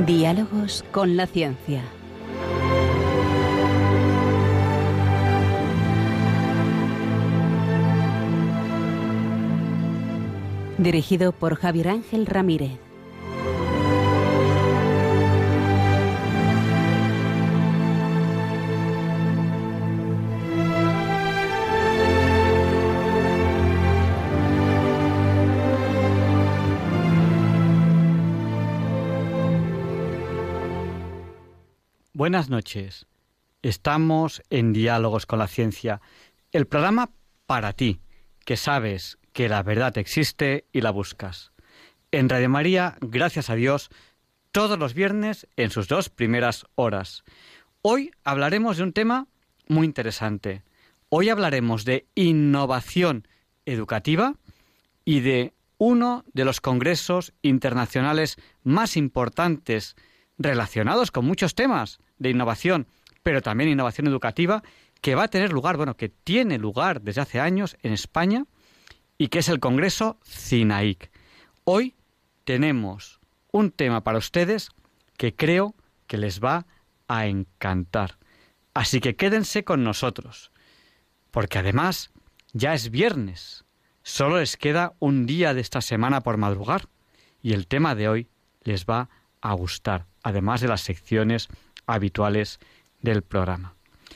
Diálogos con la ciencia. Dirigido por Javier Ángel Ramírez. Buenas noches. Estamos en Diálogos con la Ciencia, el programa para ti, que sabes que la verdad existe y la buscas. En Radio María, gracias a Dios, todos los viernes en sus 2 primeras horas. Hoy hablaremos de un tema muy interesante. Hoy hablaremos de innovación educativa y de uno de los congresos internacionales más importantes relacionados con muchos temas de innovación, pero también innovación educativa, que va a tener lugar, que tiene lugar desde hace años en España, y que es el Congreso CINAIC. Hoy tenemos un tema para ustedes que creo que les va a encantar. Así que quédense con nosotros, porque además ya es viernes. Solo les queda un día de esta semana por madrugar, y el tema de hoy les va a gustar, además de las secciones habituales del programa.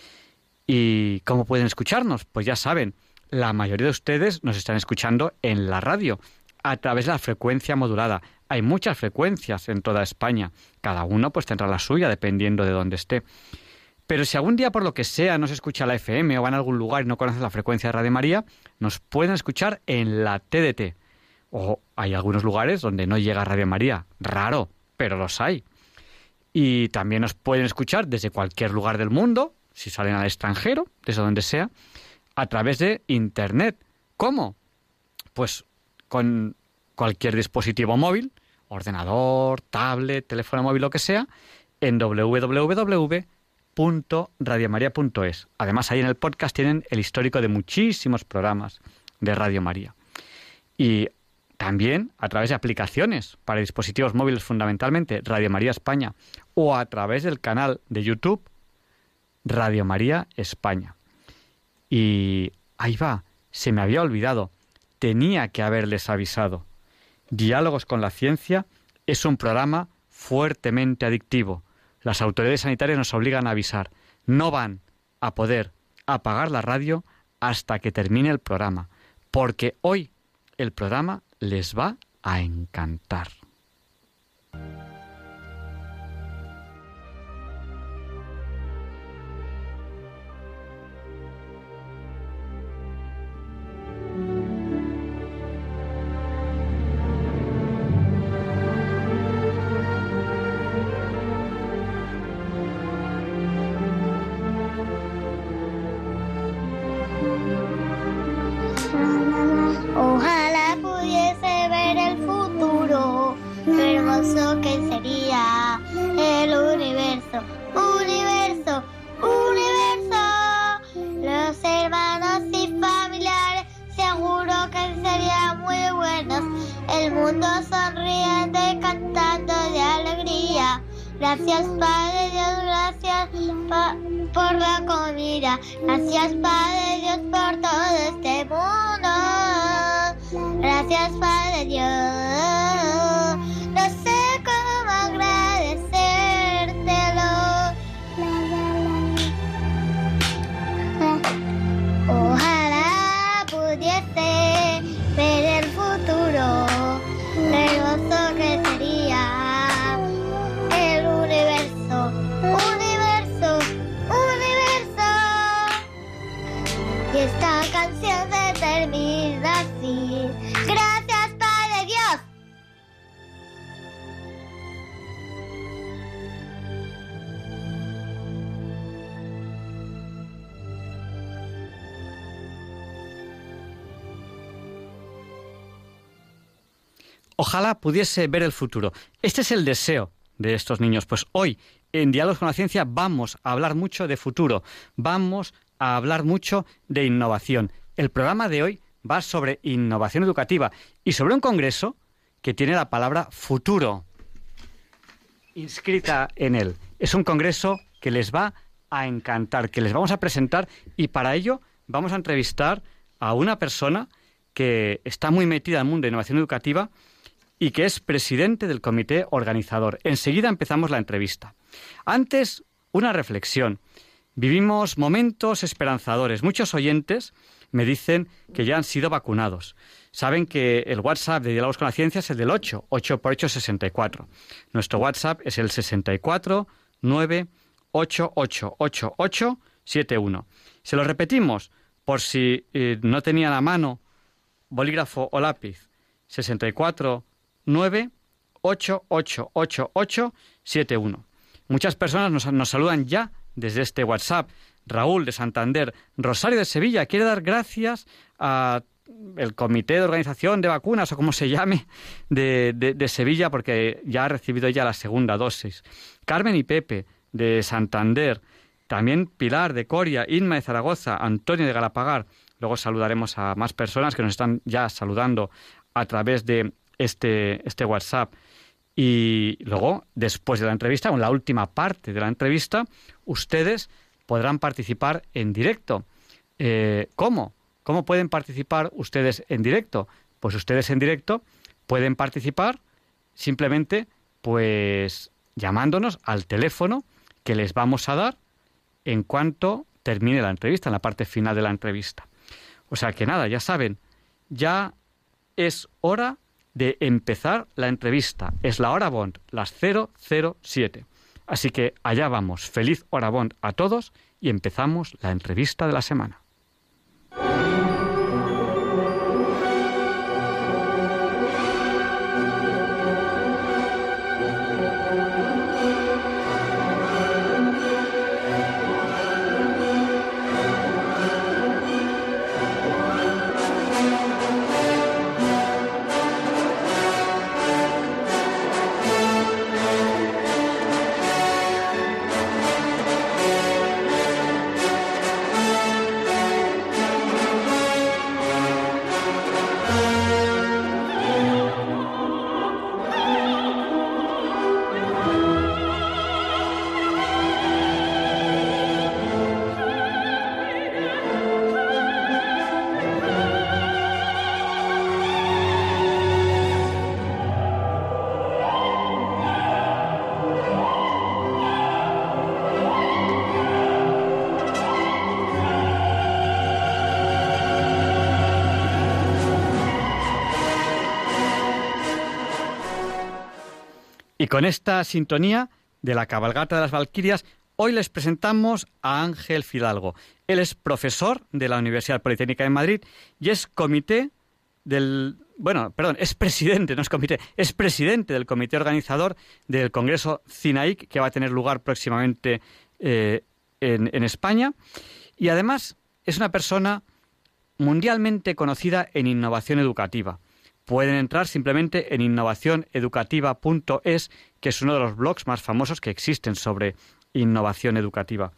¿Y cómo pueden escucharnos? Pues ya saben, la mayoría de ustedes nos están escuchando en la radio, a través de la frecuencia modulada. Hay muchas frecuencias en toda España, cada uno pues tendrá la suya dependiendo de dónde esté. Pero si algún día por lo que sea no se escucha la FM o van a algún lugar y no conocen la frecuencia de Radio María, nos pueden escuchar en la TDT. O hay algunos lugares donde no llega Radio María, raro, pero los hay. Y también nos pueden escuchar desde cualquier lugar del mundo, si salen al extranjero, desde donde sea, a través de Internet. ¿Cómo? Pues con cualquier dispositivo móvil, ordenador, tablet, teléfono móvil, lo que sea, en www.radiomaria.es. Además, ahí en el podcast tienen el histórico de muchísimos programas de Radio María. Y también a través de aplicaciones para dispositivos móviles, fundamentalmente Radio María España, o a través del canal de YouTube Radio María España. Y ahí va, se me había olvidado, tenía que haberles avisado. Diálogos con la Ciencia es un programa fuertemente adictivo. Las autoridades sanitarias nos obligan a avisar. No van a poder apagar la radio hasta que termine el programa, porque hoy el programa les va a encantar. Ojalá pudiese ver el futuro, lo hermoso que sería el universo, universo, universo. Los hermanos y familiares seguro que serían muy buenos. El mundo sonriente cantando de alegría. Gracias Padre Dios, gracias por la comida. Gracias Padre Dios por todo este mundo. Gracias Padre Dios. No sé cómo agradecértelo. Ojalá pudiese ver el futuro, lo hermoso que sería el universo, universo, universo. Y esta canción se termina así. Gracias, Padre Dios. Ojalá pudiese ver el futuro. Este es el deseo de estos niños. Pues hoy, en Diálogos con la Ciencia, vamos a hablar mucho de futuro. Vamos a hablar mucho de innovación. El programa de hoy va sobre innovación educativa y sobre un congreso que tiene la palabra futuro. inscrita en él. Es un congreso que les va a encantar, que les vamos a presentar, y para ello vamos a entrevistar a una persona que está muy metida en el mundo de innovación educativa y que es presidente del comité organizador. Enseguida empezamos la entrevista. Antes, una reflexión. Vivimos momentos esperanzadores. Muchos oyentes me dicen que ya han sido vacunados. Saben que el WhatsApp de Diálogos con la Ciencia es el del 8 por 8, 64. Nuestro WhatsApp es el 64 9 888871. Se lo repetimos por si no tenían a mano bolígrafo o lápiz. 64 9 888871. Muchas personas nos saludan ya desde este WhatsApp. Raúl de Santander, Rosario de Sevilla, quiere dar gracias a el comité de organización de vacunas, o como se llame, de Sevilla, porque ya ha recibido ya la segunda dosis. Carmen y Pepe de Santander, también Pilar de Coria, Inma de Zaragoza, Antonio de Galapagar. Luego saludaremos a más personas que nos están ya saludando a través de este WhatsApp. Y luego, después de la entrevista, en la última parte de la entrevista, ustedes podrán participar en directo. ¿Cómo? ¿Cómo pueden participar ustedes en directo? Pues ustedes en directo pueden participar simplemente pues llamándonos al teléfono que les vamos a dar en cuanto termine la entrevista, en la parte final de la entrevista. O sea que nada, ya saben, ya es hora de empezar la entrevista. Es la hora Bond, las 007. Así que allá vamos. Feliz hora Bond a todos y empezamos la entrevista de la semana. Y con esta sintonía de la cabalgata de las Valquirias, hoy les presentamos a Ángel Fidalgo. Él es profesor de la Universidad Politécnica de Madrid y es es presidente, no es comité, es presidente del comité organizador del Congreso CINAIC, que va a tener lugar próximamente en España. Y además es una persona mundialmente conocida en innovación educativa. Pueden entrar simplemente en innovacioneducativa.es, que es uno de los blogs más famosos que existen sobre innovación educativa.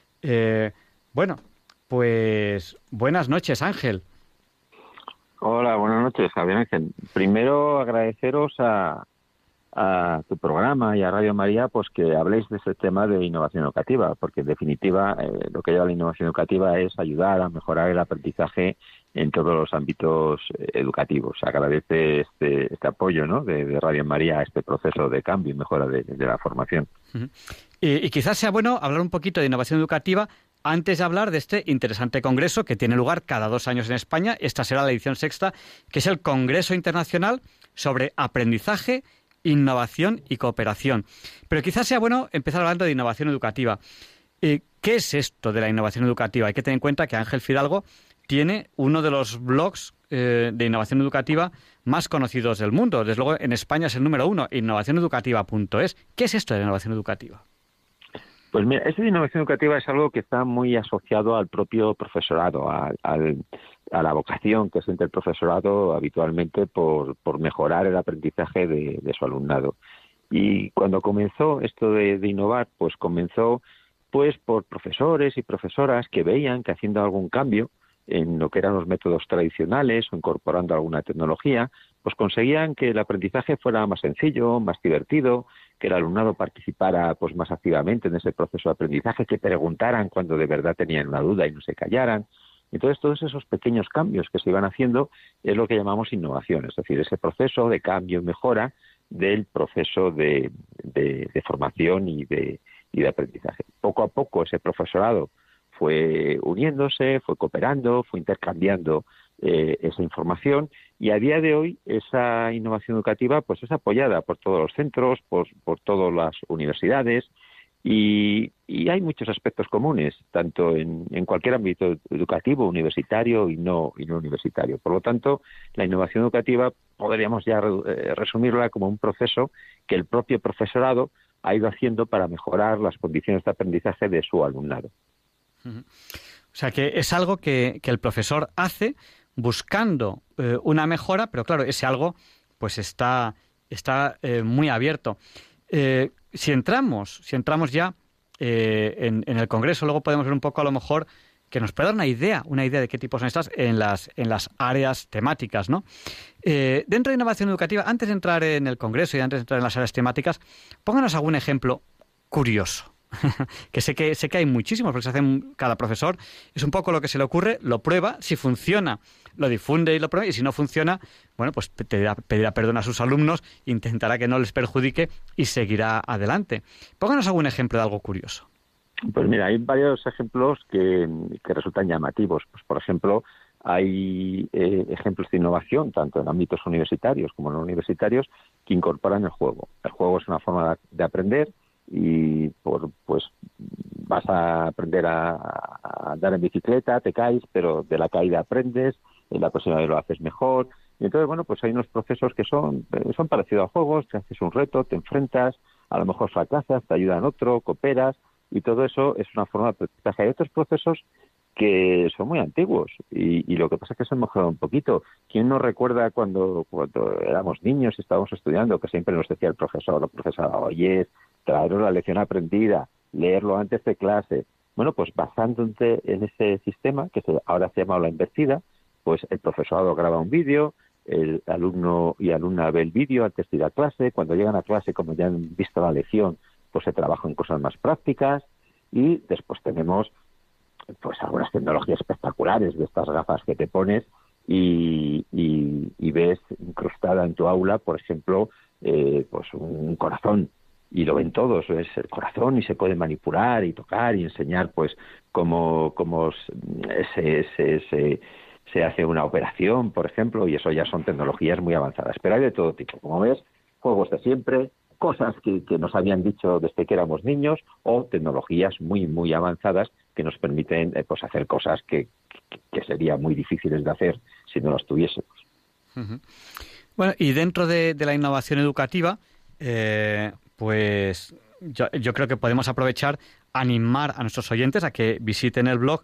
Pues buenas noches, Ángel. Hola, buenas noches, Javier Ángel. Primero agradeceros a tu programa y a Radio María pues que habléis de ese tema de innovación educativa, porque en definitiva lo que lleva la innovación educativa es ayudar a mejorar el aprendizaje en todos los ámbitos educativos. Agradece este apoyo, ¿no?, de Radio María a este proceso de cambio y mejora de la formación. Uh-huh. Y quizás sea bueno hablar un poquito de innovación educativa antes de hablar de este interesante congreso que tiene lugar cada 2 años en España. Esta será la edición 6ª, que es el Congreso Internacional sobre Aprendizaje, Innovación y Cooperación. Pero quizás sea bueno empezar hablando de innovación educativa. ¿Qué es esto de la innovación educativa? Hay que tener en cuenta que Ángel Fidalgo tiene uno de los blogs de innovación educativa más conocidos del mundo. Desde luego, en España es el número 1, innovacioneducativa.es. ¿Qué es esto de la innovación educativa? Pues mira, esto de innovación educativa es algo que está muy asociado al propio profesorado, a la vocación que siente el profesorado habitualmente por mejorar el aprendizaje de su alumnado. Y cuando comenzó esto de innovar, pues comenzó pues por profesores y profesoras que veían que haciendo algún cambio en lo que eran los métodos tradicionales o incorporando alguna tecnología, pues conseguían que el aprendizaje fuera más sencillo, más divertido, que el alumnado participara pues más activamente en ese proceso de aprendizaje, que preguntaran cuando de verdad tenían una duda y no se callaran. Entonces, todos esos pequeños cambios que se iban haciendo es lo que llamamos innovación, es decir, ese proceso de cambio y mejora del proceso de formación y de aprendizaje. Poco a poco ese profesorado fue uniéndose, fue cooperando, fue intercambiando esa información, y a día de hoy esa innovación educativa pues es apoyada por todos los centros, por todas las universidades, y hay muchos aspectos comunes, tanto en cualquier ámbito educativo, universitario y no universitario. Por lo tanto, la innovación educativa podríamos ya resumirla como un proceso que el propio profesorado ha ido haciendo para mejorar las condiciones de aprendizaje de su alumnado. O sea, que es algo que el profesor hace buscando una mejora, pero claro, ese algo pues está muy abierto. Si entramos ya en el Congreso, luego podemos ver un poco, a lo mejor, que nos puede dar una idea de qué tipos son estas en las áreas temáticas, ¿no? Dentro de innovación educativa, antes de entrar en el Congreso y antes de entrar en las áreas temáticas, pónganos algún ejemplo curioso. Que sé que hay muchísimos, porque se hacen, cada profesor es un poco lo que se le ocurre, lo prueba, si funciona lo difunde y lo prueba, y si no funciona, bueno, pues pedirá perdón a sus alumnos, intentará que no les perjudique y seguirá adelante. Pónganos algún ejemplo de algo curioso. Pues mira, hay varios ejemplos que resultan llamativos. Pues, por ejemplo, hay ejemplos de innovación, tanto en ámbitos universitarios como no universitarios, que incorporan el juego. El juego es una forma de aprender, y pues vas a aprender a andar en bicicleta, te caes, pero de la caída aprendes, en la próxima vez lo haces mejor. Y entonces, bueno, pues hay unos procesos que son parecidos a juegos, te haces un reto, te enfrentas, a lo mejor fracasas, te ayudan otro, cooperas, y todo eso es una forma de aprendizaje. Hay otros procesos que son muy antiguos, y lo que pasa es que se han mejorado un poquito. ¿Quién nos recuerda cuando éramos niños y estábamos estudiando, que siempre nos decía el profesor o profesora, oye, traeros la lección aprendida, leerlo antes de clase? Bueno, pues basándote en ese sistema, que ahora se llama aula invertida, pues el profesorado graba un vídeo, el alumno y alumna ve el vídeo antes de ir a clase, cuando llegan a clase, como ya han visto la lección, pues se trabaja en cosas más prácticas, y después tenemos pues algunas tecnologías espectaculares de estas gafas que te pones y ves incrustada en tu aula, por ejemplo, pues un corazón, y lo ven todos, es el corazón, y se puede manipular y tocar y enseñar pues cómo se hace una operación, por ejemplo, y eso ya son tecnologías muy avanzadas. Pero hay de todo tipo, como ves, juegos de siempre, cosas que nos habían dicho desde que éramos niños, o tecnologías muy, muy avanzadas que nos permiten pues hacer cosas que serían muy difíciles de hacer si no las tuviésemos. Uh-huh. Bueno, y dentro de la innovación educativa, pues yo creo que podemos aprovechar, animar a nuestros oyentes a que visiten el blog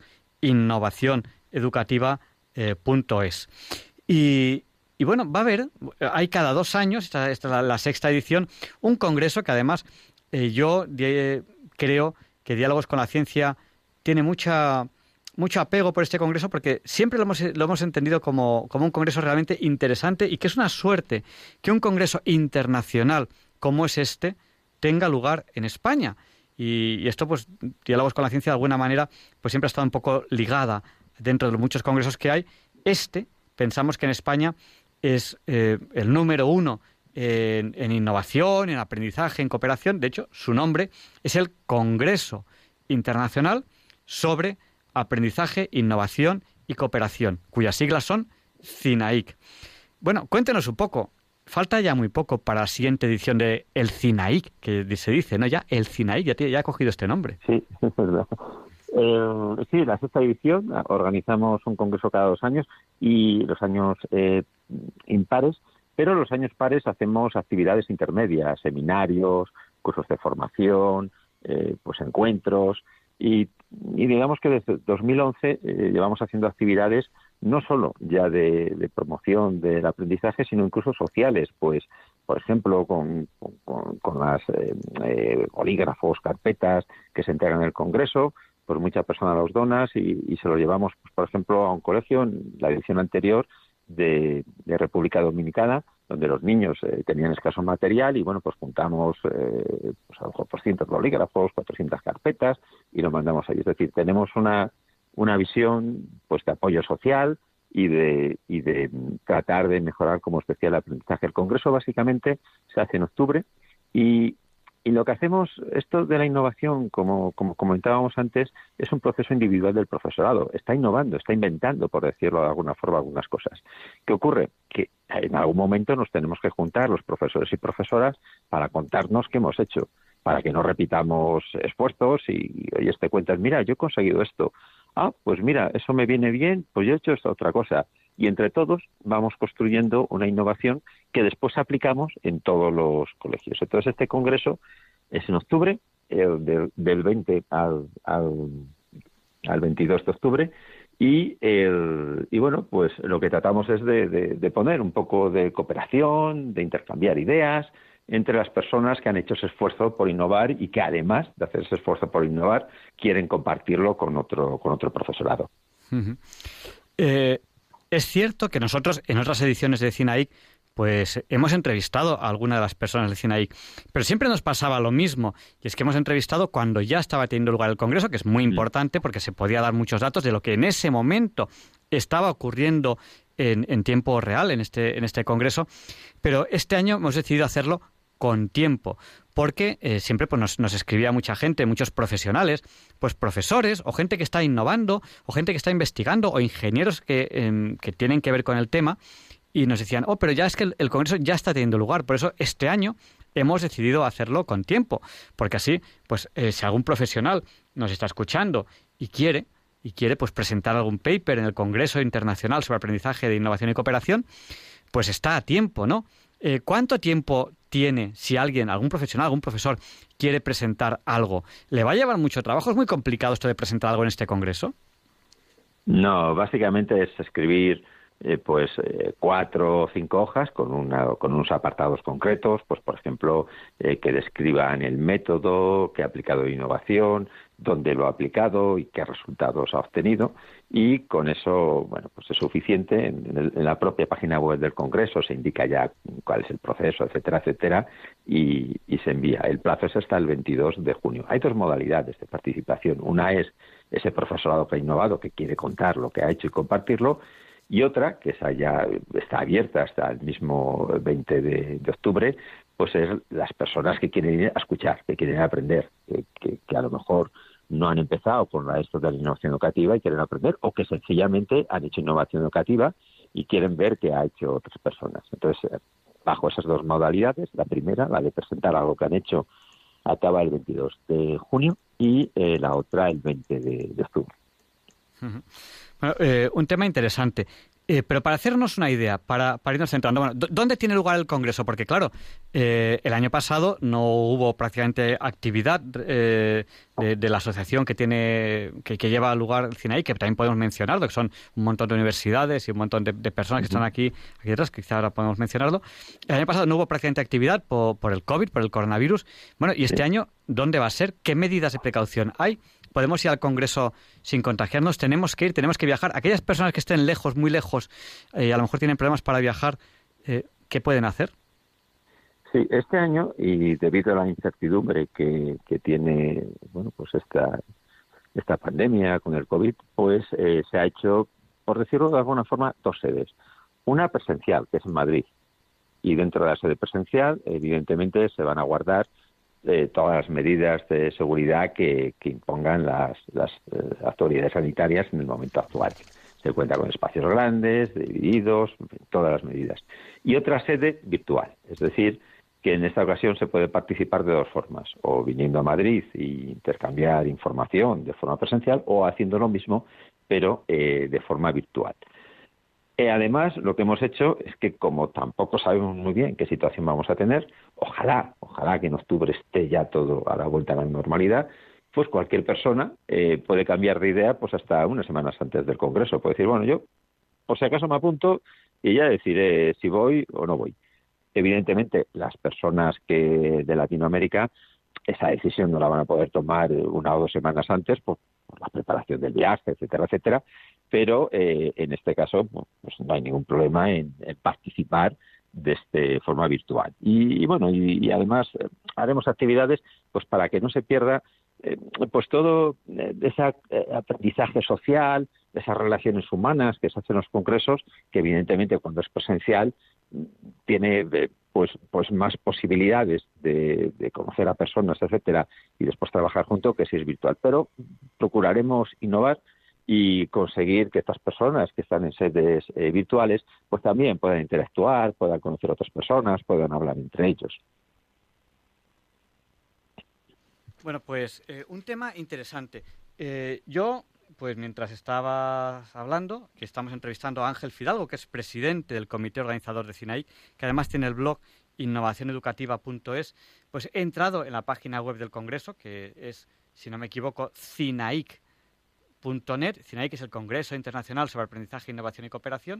innovacioneducativa.es. Y bueno, hay cada 2 años, esta es la 6ª edición, un congreso que además yo creo que Diálogos con la Ciencia tiene mucho apego por este congreso, porque siempre lo hemos entendido como un congreso realmente interesante, y que es una suerte que un congreso internacional como es este tenga lugar en España. Y esto, pues, Diálogos con la Ciencia, de alguna manera, pues siempre ha estado un poco ligada dentro de los muchos congresos que hay. Pensamos que en España es el número 1 en innovación, en aprendizaje, en cooperación. De hecho, su nombre es el Congreso Internacional sobre Aprendizaje, Innovación y Cooperación, cuyas siglas son CINAIC. Bueno, cuéntenos un poco. Falta ya muy poco para la siguiente edición de el CINAIC, que se dice, ¿no? Ya el CINAIC ya ha cogido este nombre. Sí, es verdad. Sí, la 6ª edición, organizamos un congreso cada 2 años, y los años impares, pero los años pares hacemos actividades intermedias, seminarios, cursos de formación, pues encuentros, y digamos que desde 2011 llevamos haciendo actividades no solo ya de promoción del aprendizaje, sino incluso sociales, pues por ejemplo con las bolígrafos, carpetas que se entregan en el congreso, pues muchas personas los donas y se lo llevamos, pues, por ejemplo, a un colegio. En la edición anterior de República Dominicana, donde los niños tenían escaso material y bueno, pues juntamos pues a lo mejor 200 bolígrafos, 400 carpetas y lo mandamos ahí. Es decir, tenemos una visión pues de apoyo social y de tratar de mejorar como especial aprendizaje. El congreso básicamente se hace en octubre y lo que hacemos, esto de la innovación, como comentábamos antes, es un proceso individual del profesorado. Está innovando, está inventando, por decirlo de alguna forma, algunas cosas. ¿Qué ocurre? Que en algún momento nos tenemos que juntar los profesores y profesoras para contarnos qué hemos hecho, para que no repitamos esfuerzos y ellos te cuentan, mira, yo he conseguido esto. Ah, pues mira, eso me viene bien, pues yo he hecho esta otra cosa. Y entre todos vamos construyendo una innovación que después aplicamos en todos los colegios. Entonces este congreso es en octubre, del 20 al 22 de octubre, y bueno, pues lo que tratamos es de poner un poco de cooperación, de intercambiar ideas entre las personas que han hecho ese esfuerzo por innovar y que además de hacer ese esfuerzo por innovar quieren compartirlo con otro profesorado. Uh-huh. Es cierto que nosotros en otras ediciones de CINAIC pues hemos entrevistado a alguna de las personas de CINAIC, pero siempre nos pasaba lo mismo, y es que hemos entrevistado cuando ya estaba teniendo lugar el congreso, que es muy importante porque se podía dar muchos datos de lo que en ese momento estaba ocurriendo en tiempo real en este congreso, pero este año hemos decidido hacerlo con tiempo, porque siempre pues nos escribía mucha gente, muchos profesionales, pues profesores o gente que está innovando o gente que está investigando o ingenieros que tienen que ver con el tema y nos decían, pero ya es que el congreso ya está teniendo lugar, por eso este año hemos decidido hacerlo con tiempo, porque así pues si algún profesional nos está escuchando y quiere pues presentar algún paper en el Congreso Internacional sobre Aprendizaje de Innovación y Cooperación, pues está a tiempo, ¿no? ¿Cuánto tiempo tiene si algún profesional, algún profesor quiere presentar algo? ¿Le va a llevar mucho trabajo? ¿Es muy complicado esto de presentar algo en este congreso? No, básicamente es escribir 4 o 5 hojas con unos apartados concretos, pues por ejemplo que describan el método que ha aplicado innovación, dónde lo ha aplicado y qué resultados ha obtenido, y con eso bueno pues es suficiente. En la propia página web del Congreso se indica ya cuál es el proceso, etcétera, etcétera, y se envía. El plazo es hasta el 22 de junio. Hay 2 modalidades de participación. Una es ese profesorado que ha innovado, que quiere contar lo que ha hecho y compartirlo, y otra, que esa ya está abierta hasta el mismo 20 de octubre, pues es las personas que quieren ir a escuchar, que quieren aprender, que a lo mejor no han empezado con esto de la innovación educativa y quieren aprender, o que sencillamente han hecho innovación educativa y quieren ver qué ha hecho otras personas. Entonces, bajo esas 2 modalidades, la primera, la de presentar algo que han hecho, acaba el 22 de junio y la otra el 20 de octubre. Uh-huh. Bueno, un tema interesante. Pero para hacernos una idea, para irnos centrando, bueno, ¿dónde tiene lugar el Congreso? Porque claro, el año pasado no hubo prácticamente actividad de la asociación que lleva lugar el CINAIC, que también podemos mencionarlo, que son un montón de universidades y un montón de personas que están aquí detrás, que quizá ahora podemos mencionarlo. El año pasado no hubo prácticamente actividad por el COVID, por el coronavirus. Bueno, y este año, ¿dónde va a ser? ¿Qué medidas de precaución hay? ¿Podemos ir al Congreso sin contagiarnos? ¿Tenemos que ir? ¿Tenemos que viajar? Aquellas personas que estén lejos, muy lejos, a lo mejor tienen problemas para viajar, ¿qué pueden hacer? Sí, este año, y debido a la incertidumbre que tiene bueno pues esta pandemia con el COVID, pues se ha hecho, por decirlo de alguna forma, 2 sedes. Una presencial, que es en Madrid, y dentro de la sede presencial, evidentemente, se van a guardar todas las medidas de seguridad que impongan las autoridades sanitarias en el momento actual. Se cuenta con espacios grandes, divididos, todas las medidas. Y otra sede virtual, es decir, que en esta ocasión se puede participar de 2 formas, o viniendo a Madrid e intercambiar información de forma presencial, o haciendo lo mismo, pero de forma virtual. Además, lo que hemos hecho es que, como tampoco sabemos muy bien qué situación vamos a tener, ojalá que en octubre esté ya todo a la vuelta a la normalidad, pues cualquier persona puede cambiar de idea pues hasta unas semanas antes del Congreso. Puede decir, bueno, yo por si acaso me apunto y ya decidiré si voy o no voy. Evidentemente, las personas que de Latinoamérica, esa decisión no la van a poder tomar 1 o 2 semanas antes por la preparación del viaje, etcétera, etcétera. pero en este caso pues no hay ningún problema en participar de forma virtual. Y bueno, y además haremos actividades pues para que no se pierda pues todo ese aprendizaje social, esas relaciones humanas que se hacen en los congresos, que evidentemente cuando es presencial tiene pues más posibilidades de conocer a personas, etcétera, y después trabajar juntos que si es virtual. Pero procuraremos innovar y conseguir que estas personas que están en sedes virtuales pues también puedan interactuar, puedan conocer a otras personas, puedan hablar entre ellos. Bueno, pues un tema interesante. Yo, pues mientras estabas hablando, que estamos entrevistando a Ángel Fidalgo, que es presidente del comité organizador de CINAIC, que además tiene el blog innovacioneducativa.es, pues he entrado en la página web del Congreso, que es, si no me equivoco, CINAIC.net. CINAIC es el Congreso Internacional sobre Aprendizaje, Innovación y Cooperación.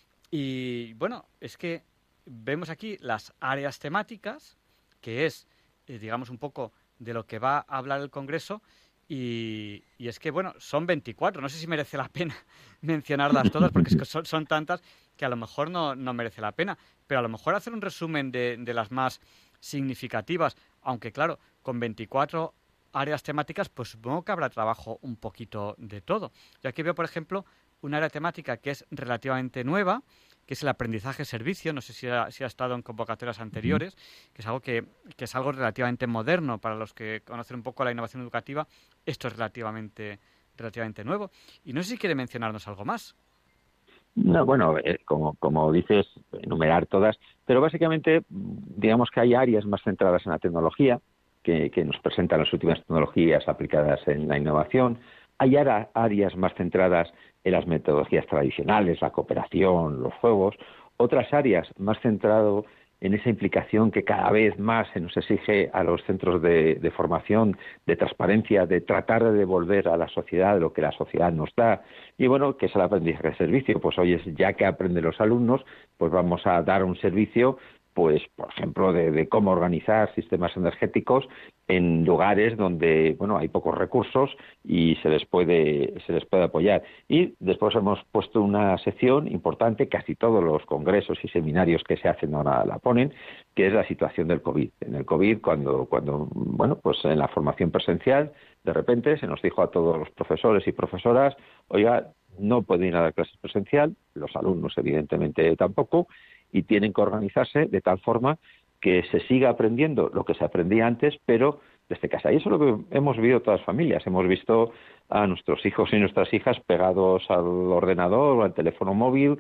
Y bueno, es que vemos aquí las áreas temáticas, que es, digamos, un poco de lo que va a hablar el Congreso, y es que, bueno, son 24. No sé si merece la pena mencionarlas todas, porque es que son tantas que a lo mejor no merece la pena, pero a lo mejor hacer un resumen de las más significativas, aunque claro, con 24 áreas temáticas, pues supongo que habrá trabajo un poquito de todo. Yo aquí veo, por ejemplo, una área temática que es relativamente nueva, que es el aprendizaje-servicio. No sé si ha estado en convocatorias anteriores, que es algo que es algo relativamente moderno para los que conocen un poco la innovación educativa. Esto es relativamente nuevo. Y no sé si quiere mencionarnos algo más. No, bueno, como dices, enumerar todas, pero básicamente digamos que hay áreas más centradas en la tecnología, que nos presentan las últimas tecnologías aplicadas en la innovación. Hay áreas más centradas en las metodologías tradicionales, la cooperación, los juegos. Otras áreas más centrado en esa implicación que cada vez más se nos exige a los centros de formación, de transparencia, de tratar de devolver a la sociedad lo que la sociedad nos da. Y bueno, que es el aprendizaje de servicio. Pues oye, ya que aprenden los alumnos, pues vamos a dar un servicio, pues por ejemplo, de cómo organizar sistemas energéticos en lugares donde, bueno, hay pocos recursos y se les puede apoyar. Y después hemos puesto una sección importante, casi todos los congresos y seminarios que se hacen ahora la ponen, que es la situación del COVID. En el COVID, cuando bueno, pues en la formación presencial, de repente se nos dijo a todos los profesores y profesoras, oiga, no pueden ir a dar clases presencial, los alumnos evidentemente tampoco, y tienen que organizarse de tal forma que se siga aprendiendo lo que se aprendía antes, pero desde casa. Y eso es lo que hemos vivido todas las familias. Hemos visto a nuestros hijos y nuestras hijas pegados al ordenador o al teléfono móvil,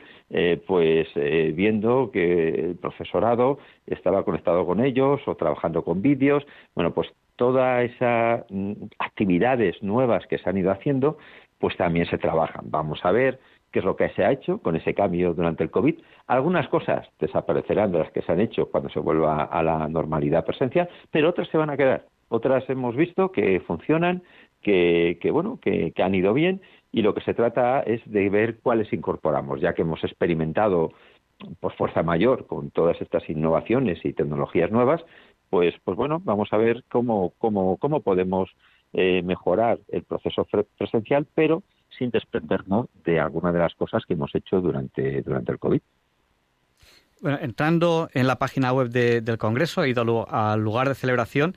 viendo que el profesorado estaba conectado con ellos o trabajando con vídeos. Bueno, pues todas esas actividades nuevas que se han ido haciendo, pues también se trabajan. Vamos a ver qué es lo que se ha hecho con ese cambio durante el COVID. Algunas cosas desaparecerán de las que se han hecho cuando se vuelva a la normalidad presencial, pero otras se van a quedar. Otras hemos visto que funcionan, que han ido bien, y lo que se trata es de ver cuáles incorporamos, ya que hemos experimentado por fuerza mayor con todas estas innovaciones y tecnologías nuevas, pues bueno, vamos a ver cómo podemos mejorar el proceso presencial, pero sin desprendernos de alguna de las cosas que hemos hecho durante el COVID. Bueno, entrando en la página web del Congreso, he ido al lugar de celebración.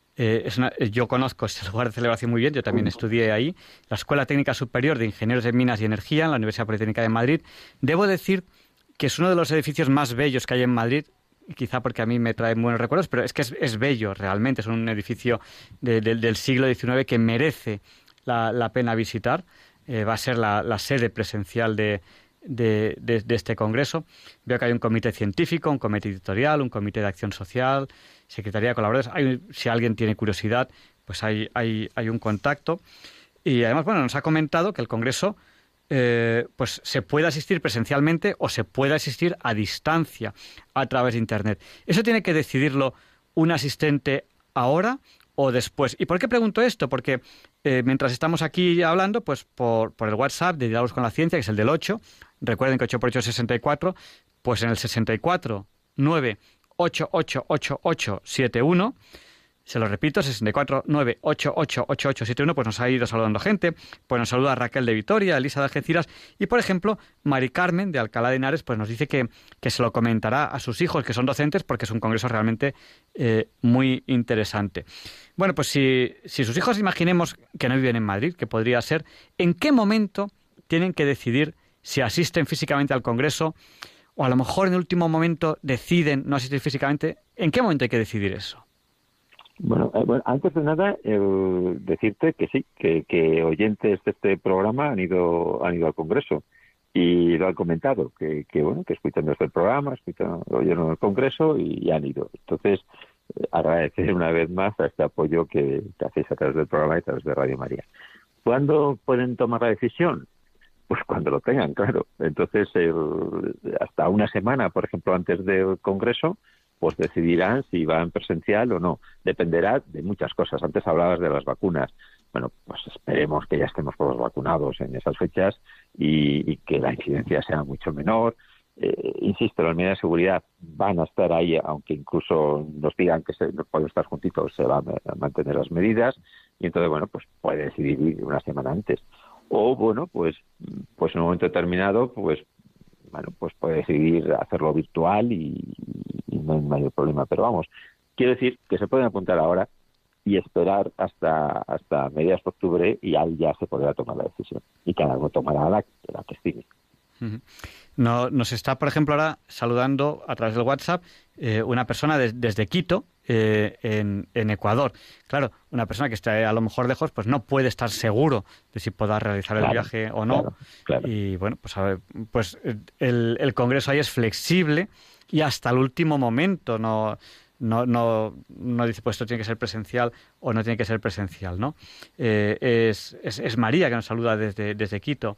Yo conozco ese lugar de celebración muy bien, yo también estudié ahí, la Escuela Técnica Superior de Ingenieros de Minas y Energía en la Universidad Politécnica de Madrid. Debo decir que es uno de los edificios más bellos que hay en Madrid, quizá porque a mí me trae buenos recuerdos, pero es que es bello realmente, es un edificio del siglo XIX que merece la pena visitar. Va a ser la sede presencial de este congreso. Veo que hay un comité científico, un comité editorial, un comité de acción social, secretaría de colaboradores. Si alguien tiene curiosidad, pues hay un contacto. Y además, bueno, nos ha comentado que el congreso pues se puede asistir presencialmente o se puede asistir a distancia a través de Internet. Eso tiene que decidirlo un asistente ahora o después. ¿Y por qué pregunto esto? Porque mientras estamos aquí hablando, pues por el WhatsApp de Diálogos con la Ciencia, que es el del 8, recuerden que 8×8 es 64, pues en el 64 9 888871 Se lo repito, 649888871, pues nos ha ido saludando gente. Pues nos saluda Raquel de Vitoria, Elisa de Algeciras y, por ejemplo, Mari Carmen de Alcalá de Henares, pues nos dice que se lo comentará a sus hijos, que son docentes, porque es un congreso realmente muy interesante. Bueno, pues si sus hijos, imaginemos que no viven en Madrid, que podría ser, ¿en qué momento tienen que decidir si asisten físicamente al congreso o a lo mejor en el último momento deciden no asistir físicamente? ¿En qué momento hay que decidir eso? Bueno, antes de nada, decirte que sí, que oyentes de este programa han ido al Congreso y lo han comentado, que escuchan nuestro programa, oyeron el Congreso y han ido. Entonces, agradecer una vez más a este apoyo que hacéis a través del programa y a través de Radio María. ¿Cuándo pueden tomar la decisión? Pues cuando lo tengan, claro. Entonces, hasta una semana, por ejemplo, antes del Congreso, pues decidirán si van presencial o no. Dependerá de muchas cosas. Antes hablabas de las vacunas. Bueno, pues esperemos que ya estemos todos vacunados en esas fechas y que la incidencia sea mucho menor. Insisto, las medidas de seguridad van a estar ahí, aunque incluso nos digan que no podemos estar juntitos, se van a mantener las medidas. Y entonces, bueno, pues puede decidir ir una semana antes. O, bueno, pues en un momento determinado, pues puede decidir hacerlo virtual y no hay mayor problema. Pero vamos, quiero decir que se pueden apuntar ahora y esperar hasta mediados de octubre y ahí ya se podrá tomar la decisión. Y cada uno tomará la que estime. No, nos está, por ejemplo, ahora saludando a través del WhatsApp una persona desde Quito, en Ecuador. Claro, una persona que está a lo mejor lejos, pues no puede estar seguro de si podrá realizar el viaje o no. Claro. Y bueno, pues a ver, pues el Congreso ahí es flexible y hasta el último momento no dice pues esto tiene que ser presencial o no tiene que ser presencial, ¿no? Es María que nos saluda desde Quito.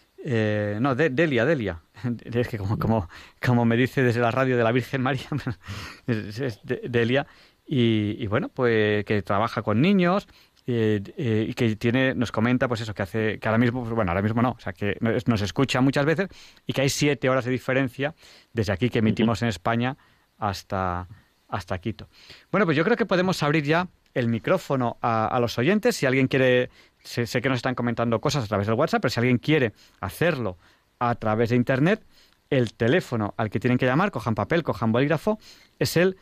Delia. Es que como me dice desde la radio de la Virgen María, es Delia. Y bueno, pues que trabaja con niños y que nos comenta pues eso, que hace, que ahora mismo no, o sea, que nos escucha muchas veces y que hay 7 horas de diferencia desde aquí que emitimos en España hasta Quito. Bueno, pues yo creo que podemos abrir ya el micrófono a los oyentes. Si alguien quiere, sé que nos están comentando cosas a través del WhatsApp, pero si alguien quiere hacerlo a través de Internet, el teléfono al que tienen que llamar, cojan papel, cojan bolígrafo, es el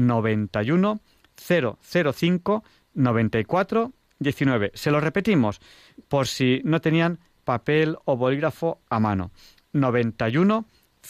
91 005 94 19. Se lo repetimos por si no tenían papel o bolígrafo a mano. 91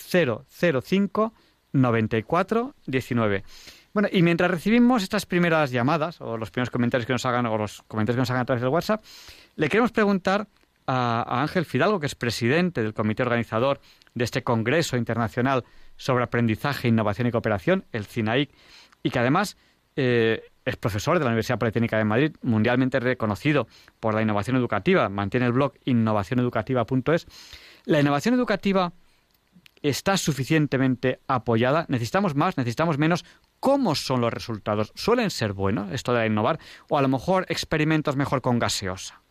005 94 19. Bueno, y mientras recibimos estas primeras llamadas, o los primeros comentarios que nos hagan, o los comentarios que nos hagan a través del WhatsApp, le queremos preguntar a Ángel Fidalgo, que es presidente del comité organizador de este Congreso Internacional sobre Aprendizaje, Innovación y Cooperación, el CINAIC, y que además es profesor de la Universidad Politécnica de Madrid, mundialmente reconocido por la innovación educativa, mantiene el blog innovacioneducativa.es. ¿La innovación educativa está suficientemente apoyada? ¿Necesitamos más? ¿Necesitamos menos? ¿Cómo son los resultados? ¿Suelen ser buenos esto de innovar? ¿O a lo mejor experimentos mejor con gaseosa?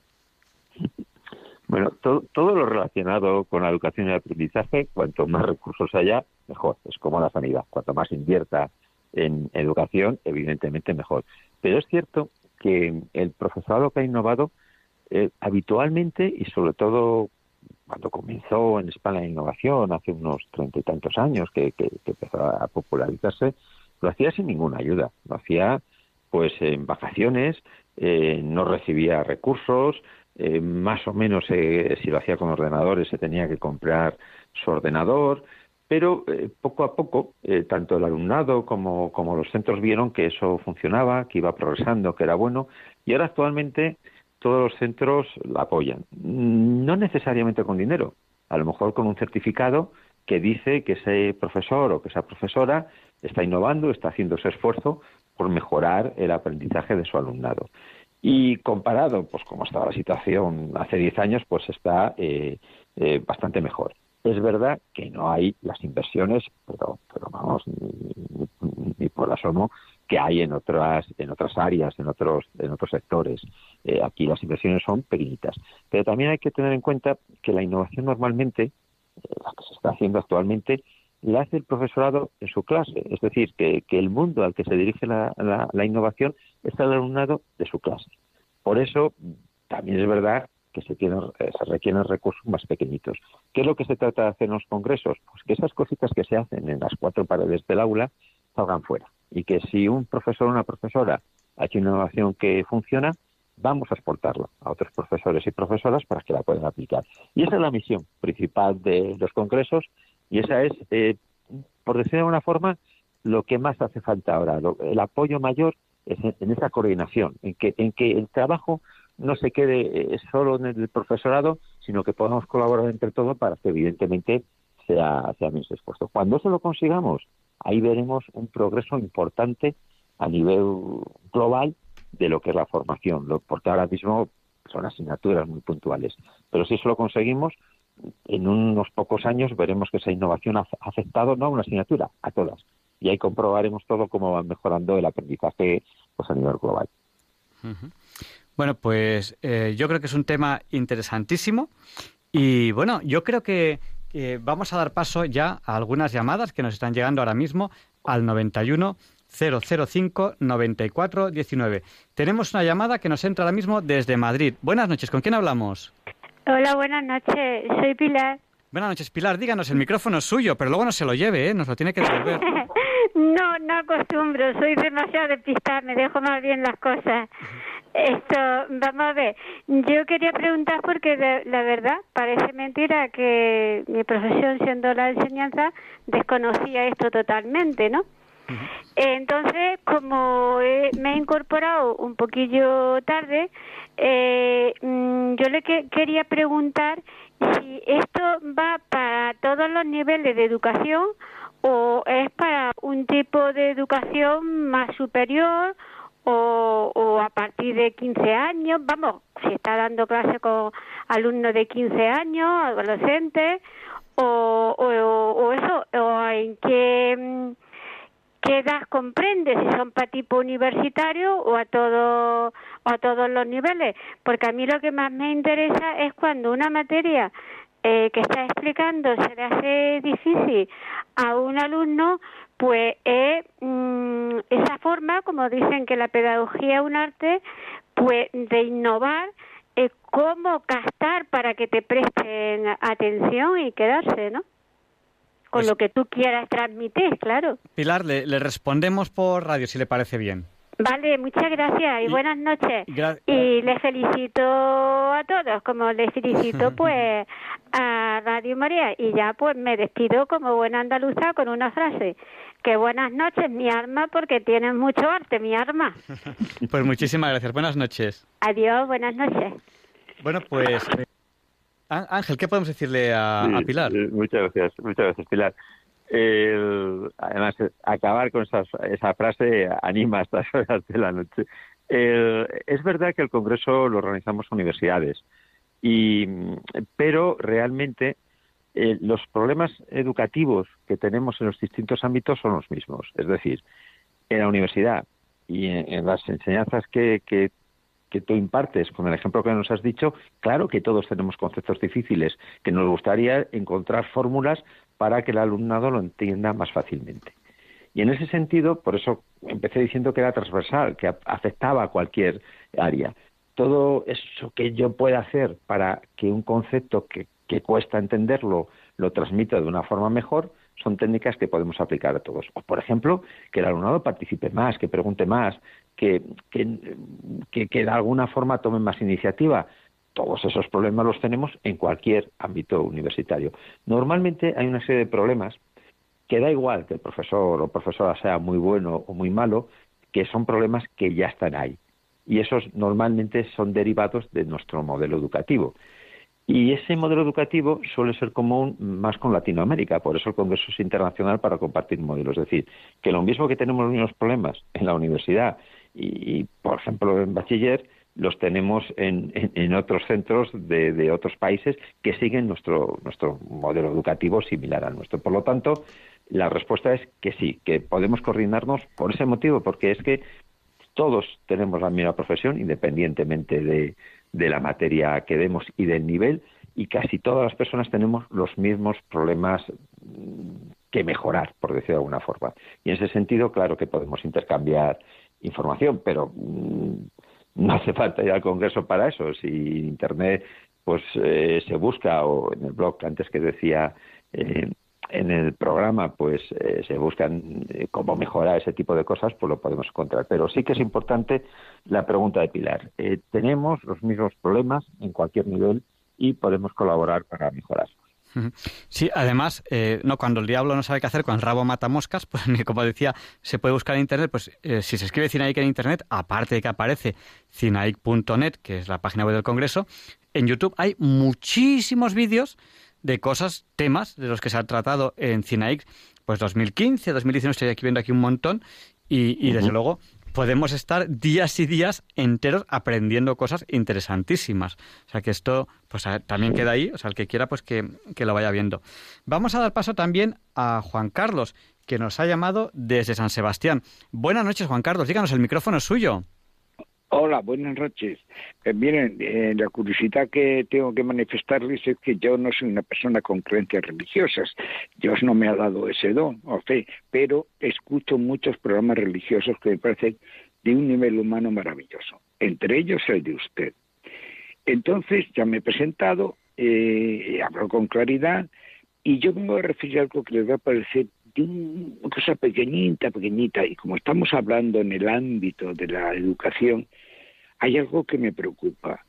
Bueno, todo lo relacionado con la educación y el aprendizaje, cuanto más recursos haya, mejor. Es como la sanidad. Cuanto más invierta en educación, evidentemente mejor. Pero es cierto que el profesorado que ha innovado habitualmente, y sobre todo cuando comenzó en España la innovación, hace unos 30 y tantos años que empezó a popularizarse, lo hacía sin ninguna ayuda. Lo hacía pues en vacaciones, no recibía recursos, más o menos si lo hacía con ordenadores se tenía que comprar su ordenador, pero poco a poco, tanto el alumnado como los centros vieron que eso funcionaba, que iba progresando, que era bueno, y ahora actualmente todos los centros la apoyan. No necesariamente con dinero, a lo mejor con un certificado que dice que ese profesor o que esa profesora está innovando, está haciendo ese esfuerzo por mejorar el aprendizaje de su alumnado. Y comparado, pues como estaba la situación hace 10 años, pues está bastante mejor. Es verdad que no hay las inversiones, pero vamos, ni por asomo, que hay en otras áreas, en otros sectores. Aquí las inversiones son pequeñitas. Pero también hay que tener en cuenta que la innovación normalmente, la que se está haciendo actualmente, la hace el profesorado en su clase. Es decir, que el mundo al que se dirige la innovación es el alumnado de su clase. Por eso, también es verdad que se requieren recursos más pequeñitos. ¿Qué es lo que se trata de hacer en los congresos? Pues que esas cositas que se hacen en las cuatro paredes del aula salgan fuera. Y que si un profesor o una profesora ha hecho una innovación que funciona, vamos a exportarla a otros profesores y profesoras para que la puedan aplicar. Y esa es la misión principal de los congresos, y esa es, por decirlo de alguna forma, lo que más hace falta ahora. El apoyo mayor es en esa coordinación, en que el trabajo no se quede solo en el profesorado, sino que podamos colaborar entre todos para que evidentemente sea menos esfuerzo. Cuando eso lo consigamos, ahí veremos un progreso importante a nivel global de lo que es la formación, porque ahora mismo son asignaturas muy puntuales. Pero si eso lo conseguimos, en unos pocos años veremos que esa innovación ha afectado no a una asignatura, a todas. Y ahí comprobaremos todo cómo va mejorando el aprendizaje pues a nivel global. Uh-huh. Bueno, pues yo creo que es un tema interesantísimo y bueno, yo creo que vamos a dar paso ya a algunas llamadas que nos están llegando ahora mismo al 91 005 94 19. Tenemos una llamada que nos entra ahora mismo desde Madrid. Buenas noches, ¿con quién hablamos? Hola, buenas noches, soy Pilar. Buenas noches, Pilar, díganos, el micrófono es suyo, pero luego no se lo lleve, nos lo tiene que devolver. No acostumbro, soy demasiado despistada, me dejo más bien las cosas. Vamos a ver, yo quería preguntar porque la verdad parece mentira que mi profesión, siendo la enseñanza, desconocía esto totalmente, ¿no? Entonces, como me he incorporado un poquillo tarde, yo le quería preguntar si esto va para todos los niveles de educación o es para un tipo de educación más superior o a partir de 15 años, vamos, si está dando clase con alumnos de 15 años, adolescentes, o eso, o en qué edad comprende, si son para tipo universitario o a todos los niveles, porque a mí lo que más me interesa es cuando una materia que está explicando se le hace difícil a un alumno, pues esa forma, como dicen que la pedagogía es un arte, pues de innovar cómo captar para que te presten atención y quedarse, ¿no? Con lo que tú quieras transmitir, claro. Pilar, le respondemos por radio, si le parece bien. Vale, muchas gracias y buenas noches. Y les felicito a todos, como les felicito pues a Radio María. Y ya pues me despido como buena andaluza con una frase. Que buenas noches, mi arma, porque tienes mucho arte, mi arma. Pues muchísimas gracias, buenas noches. Adiós, buenas noches. Bueno, pues Ángel, ¿qué podemos decirle a Pilar? Muchas gracias, Pilar. Además, acabar con esa frase anima a estas horas de la noche. Es verdad que el Congreso lo organizamos universidades, pero realmente los problemas educativos que tenemos en los distintos ámbitos son los mismos. Es decir, en la universidad y en las enseñanzas que tú impartes, con el ejemplo que nos has dicho, claro que todos tenemos conceptos difíciles, que nos gustaría encontrar fórmulas para que el alumnado lo entienda más fácilmente. Y en ese sentido, por eso empecé diciendo que era transversal, que afectaba a cualquier área. Todo eso que yo pueda hacer para que un concepto que cuesta entenderlo lo transmita de una forma mejor, son técnicas que podemos aplicar a todos. O, por ejemplo, que el alumnado participe más, que pregunte más, que de alguna forma tome más iniciativa. Todos esos problemas los tenemos en cualquier ámbito universitario. Normalmente hay una serie de problemas que da igual que el profesor o profesora sea muy bueno o muy malo, que son problemas que ya están ahí. Y esos normalmente son derivados de nuestro modelo educativo. Y ese modelo educativo suele ser común más con Latinoamérica, por eso el Congreso es internacional para compartir modelos. Es decir, que lo mismo que tenemos los mismos problemas en la universidad y por ejemplo, en bachiller, los tenemos en otros centros de otros países que siguen nuestro modelo educativo similar al nuestro. Por lo tanto, la respuesta es que sí, que podemos coordinarnos por ese motivo, porque es que todos tenemos la misma profesión, independientemente de la materia que demos y del nivel, y casi todas las personas tenemos los mismos problemas que mejorar, por decirlo de alguna forma. Y en ese sentido, claro que podemos intercambiar información, pero no hace falta ir al Congreso para eso. Si Internet pues se busca, o en el blog antes que decía en el programa, pues se buscan cómo mejorar ese tipo de cosas, pues lo podemos encontrar. Pero sí que es importante la pregunta de Pilar. Tenemos los mismos problemas en cualquier nivel y podemos colaborar para mejorarlos. Sí, además, cuando el diablo no sabe qué hacer, con el rabo mata moscas, pues como decía, se puede buscar en Internet, pues si se escribe CINAIC en Internet, aparte de que aparece cinaic.net, que es la página web del Congreso, en YouTube hay muchísimos vídeos de cosas, temas de los que se han tratado en CINAIC, pues 2015, 2019, estoy aquí viendo aquí un montón, y desde luego podemos estar días y días enteros aprendiendo cosas interesantísimas. O sea que esto pues también queda ahí, o sea, el que quiera pues que lo vaya viendo. Vamos a dar paso también a Juan Carlos, que nos ha llamado desde San Sebastián. Buenas noches, Juan Carlos, díganos, el micrófono es suyo. Hola, buenas noches. Miren, la curiosidad que tengo que manifestarles es que yo no soy una persona con creencias religiosas. Dios no me ha dado ese don o fe, pero escucho muchos programas religiosos que me parecen de un nivel humano maravilloso, entre ellos el de usted. Entonces, ya me he presentado, hablo con claridad, y yo me voy a referir a algo que les va a parecer de una cosa pequeñita, y como estamos hablando en el ámbito de la educación, hay algo que me preocupa.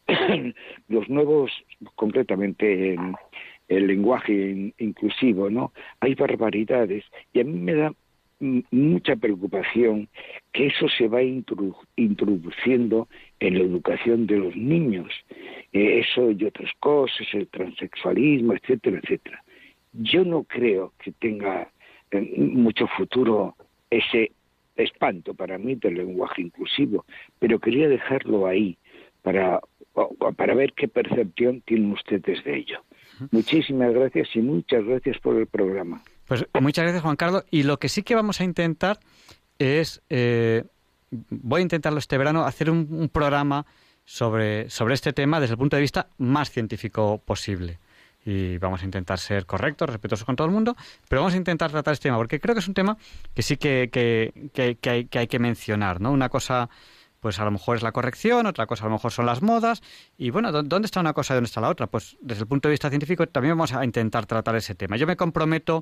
Los nuevos, concretamente el lenguaje inclusivo, ¿no? Hay barbaridades, y a mí me da mucha preocupación que eso se va introduciendo en la educación de los niños. Eso y otras cosas, el transexualismo, etcétera, etcétera. Yo no creo que tenga mucho futuro ese espanto para mí del lenguaje inclusivo, pero quería dejarlo ahí para ver qué percepción tienen ustedes de ello. Muchísimas gracias y muchas gracias por el programa. Pues muchas gracias, Juan Carlos. Y lo que sí que vamos a intentar es, voy a intentarlo este verano, hacer un programa sobre este tema desde el punto de vista más científico posible. Y vamos a intentar ser correctos, respetuosos con todo el mundo, pero vamos a intentar tratar este tema, porque creo que es un tema que sí que hay que mencionar, ¿no? Una cosa, pues a lo mejor es la corrección, otra cosa a lo mejor son las modas, y bueno, ¿dónde está una cosa y dónde está la otra? Pues desde el punto de vista científico también vamos a intentar tratar ese tema. Yo me comprometo,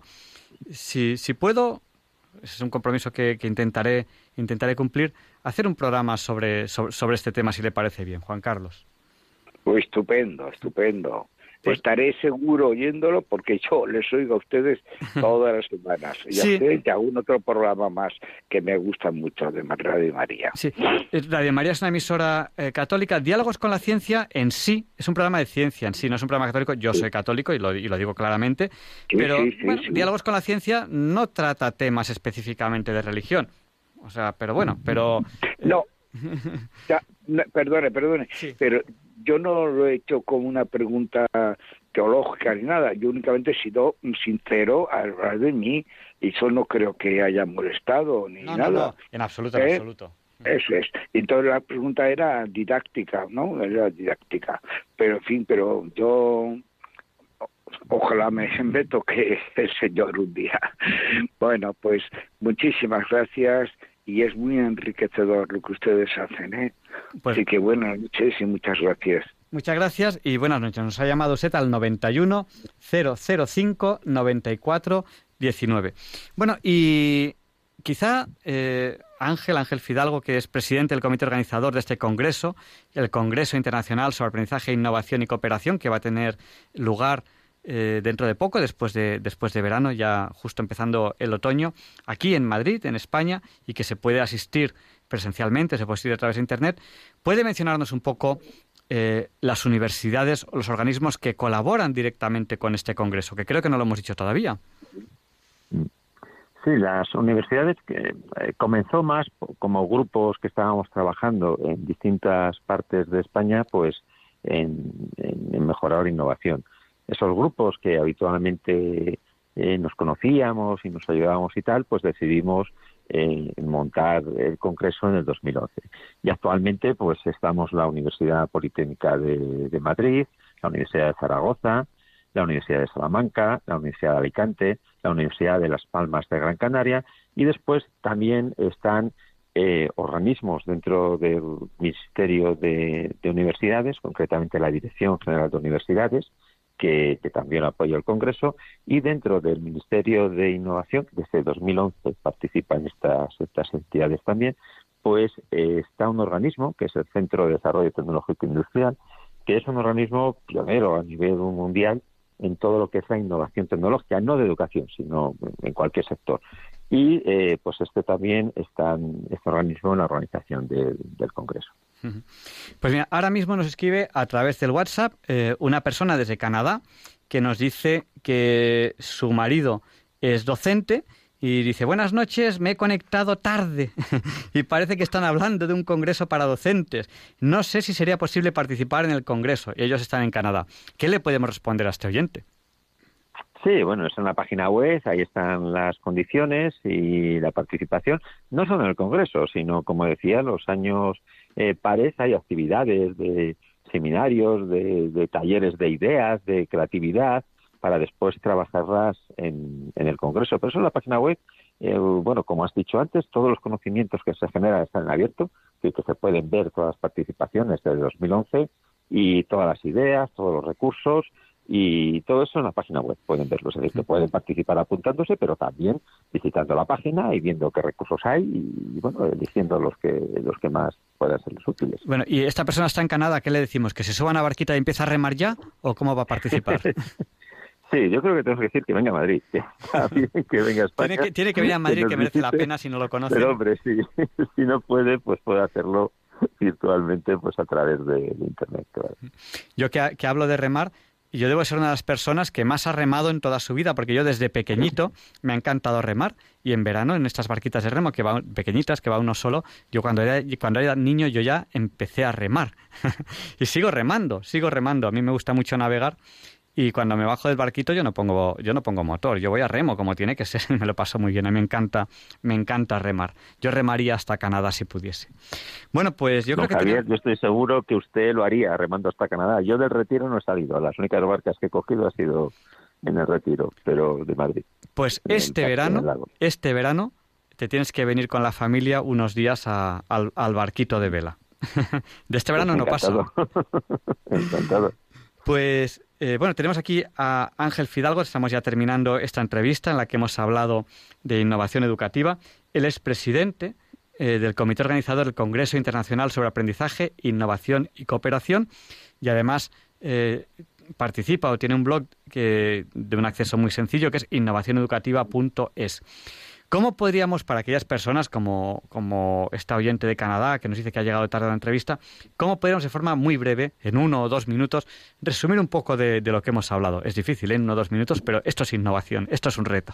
si puedo, ese es un compromiso que intentaré cumplir, hacer un programa sobre este tema, si le parece bien, Juan Carlos. Pues estupendo. Pues estaré seguro oyéndolo porque yo les oigo a ustedes todas las semanas. Y sí. A ustedes y a un otro programa más que me gusta mucho de Radio María. Sí, Radio María es una emisora católica. Diálogos con la Ciencia en sí es un programa de ciencia en sí, no es un programa católico. Yo soy católico y lo digo claramente. Sí, pero sí. Diálogos con la Ciencia no trata temas específicamente de religión. O sea, pero bueno, No, ya, perdone, sí. Pero yo no lo he hecho como una pregunta teológica ni nada. Yo únicamente he sido sincero al hablar de mí y eso no creo que haya molestado ni nada. No, en absoluto, en absoluto. Eso es. Entonces la pregunta era didáctica, ¿no? Era didáctica. Pero en fin, yo ojalá me toque el Señor un día. Bueno, pues muchísimas gracias. Y es muy enriquecedor lo que ustedes hacen, ¿eh? Pues, así que buenas noches y muchas gracias. Muchas gracias y buenas noches. Nos ha llamado usted al 91 005 94 19. Bueno, y quizá Ángel Fidalgo, que es presidente del comité organizador de este congreso, el Congreso Internacional sobre Aprendizaje, Innovación y Cooperación, que va a tener lugar dentro de poco, después de verano, ya justo empezando el otoño, aquí en Madrid, en España, y que se puede asistir presencialmente, se puede asistir a través de Internet. ¿Puede mencionarnos un poco las universidades o los organismos que colaboran directamente con este congreso? Que creo que no lo hemos dicho todavía. Sí, las universidades que comenzó más como grupos que estábamos trabajando en distintas partes de España, pues en mejorar la innovación. Esos grupos que habitualmente nos conocíamos y nos ayudábamos y tal, pues decidimos montar el congreso en el 2011. Y actualmente pues estamos la Universidad Politécnica de Madrid, la Universidad de Zaragoza, la Universidad de Salamanca, la Universidad de Alicante, la Universidad de Las Palmas de Gran Canaria, y después también están organismos dentro del Ministerio de Universidades, concretamente la Dirección General de Universidades, que también apoya el Congreso, y dentro del Ministerio de Innovación, desde 2011 participan estas entidades también, pues está un organismo que es el Centro de Desarrollo Tecnológico Industrial, que es un organismo pionero a nivel mundial en todo lo que es la innovación tecnológica, no de educación, sino en cualquier sector. Y pues también está este organismo en la organización del Congreso. Pues mira, ahora mismo nos escribe a través del WhatsApp una persona desde Canadá que nos dice que su marido es docente y dice: buenas noches, me he conectado tarde y parece que están hablando de un congreso para docentes. No sé si sería posible participar en el congreso, y ellos están en Canadá. ¿Qué le podemos responder a este oyente? Sí, bueno, es en la página web, ahí están las condiciones y la participación, no solo en el congreso, sino, como decía, los años pares hay actividades de seminarios, de talleres de ideas, de creatividad, para después trabajarlas en el Congreso. Pero eso en la página web, bueno, como has dicho antes, todos los conocimientos que se generan están en abierto, que se pueden ver todas las participaciones desde 2011 y todas las ideas, todos los recursos y todo eso en la página web. Pueden verlo, es decir, que pueden participar apuntándose, pero también visitando la página y viendo qué recursos hay y bueno, eligiendo los que más puedan serles útiles. Bueno, y esta persona está en Canadá, ¿qué le decimos? ¿Que se suba a una barquita y empiece a remar ya? ¿O cómo va a participar? Sí, yo creo que tenemos que decir que venga a Madrid, que está bien que venga a España. Tiene que venir a Madrid, que merece la pena si no lo conoce. Pero hombre, sí, si no puede, pues puede hacerlo virtualmente, pues a través de Internet. Claro. Yo que hablo de remar, y yo debo ser una de las personas que más ha remado en toda su vida, porque yo desde pequeñito me ha encantado remar, y en verano en estas barquitas de remo que van pequeñitas, que va uno solo, yo cuando era niño yo ya empecé a remar y sigo remando. A mí me gusta mucho navegar. Y cuando me bajo del barquito yo no pongo motor, yo voy a remo como tiene que ser, y me lo paso muy bien. A mí me encanta remar. Yo remaría hasta Canadá si pudiese. Bueno, pues yo creo que Javier, yo estoy seguro que usted lo haría remando hasta Canadá. Yo del Retiro no he salido, las únicas barcas que he cogido ha sido en el Retiro, pero de Madrid. Pues este verano te tienes que venir con la familia unos días al barquito de vela. De este verano no pasa. Encantado. Pues bueno, tenemos aquí a Ángel Fidalgo. Estamos ya terminando esta entrevista en la que hemos hablado de innovación educativa. Él es presidente del comité organizador del Congreso Internacional sobre Aprendizaje, Innovación y Cooperación, y además participa o tiene un blog de un acceso muy sencillo que es innovacioneducativa.es. ¿Cómo podríamos, para aquellas personas como esta oyente de Canadá que nos dice que ha llegado tarde a la entrevista, cómo podríamos de forma muy breve, en 1 o 2 minutos, resumir un poco de lo que hemos hablado? Es difícil, en 1 o 2 minutos, pero esto es innovación, esto es un reto.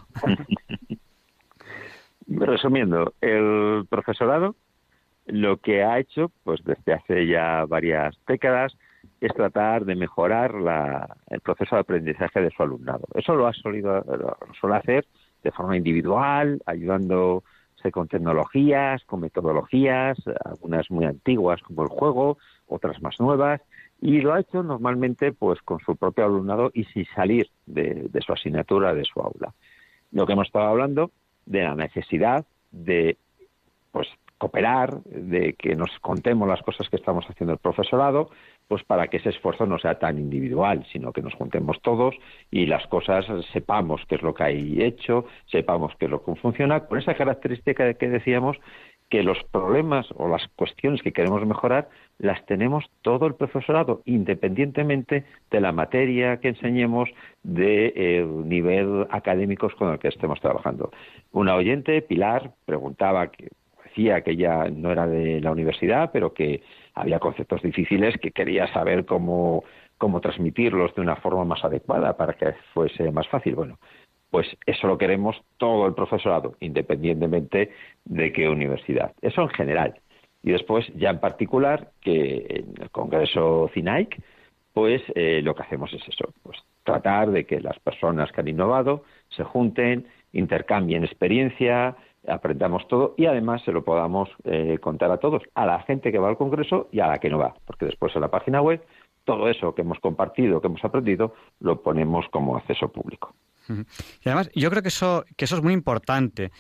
Resumiendo, el profesorado lo que ha hecho, pues desde hace ya varias décadas, es tratar de mejorar el proceso de aprendizaje de su alumnado. Eso lo suele hacer de forma individual, ayudándose con tecnologías, con metodologías, algunas muy antiguas como el juego, otras más nuevas, y lo ha hecho normalmente pues con su propio alumnado y sin salir de su asignatura, de su aula. Lo que hemos estado hablando de la necesidad de pues cooperar, de que nos contemos las cosas que estamos haciendo el profesorado, pues para que ese esfuerzo no sea tan individual, sino que nos juntemos todos y las cosas sepamos qué es lo que hay hecho, sepamos qué es lo que funciona, con esa característica de que decíamos que los problemas o las cuestiones que queremos mejorar las tenemos todo el profesorado, independientemente de la materia que enseñemos, de nivel académico con el que estemos trabajando. Una oyente, Pilar, decía que ella no era de la universidad, pero que había conceptos difíciles que quería saber cómo transmitirlos de una forma más adecuada para que fuese más fácil. Bueno, pues eso lo queremos todo el profesorado, independientemente de qué universidad. Eso en general. Y después, ya en particular, que en el Congreso CINAIC, pues lo que hacemos es eso, pues tratar de que las personas que han innovado se junten, intercambien experiencia, aprendamos todo y además se lo podamos contar a todos, a la gente que va al Congreso y a la que no va, porque después en la página web todo eso que hemos compartido, que hemos aprendido, lo ponemos como acceso público. Y además, yo creo que eso es muy importante,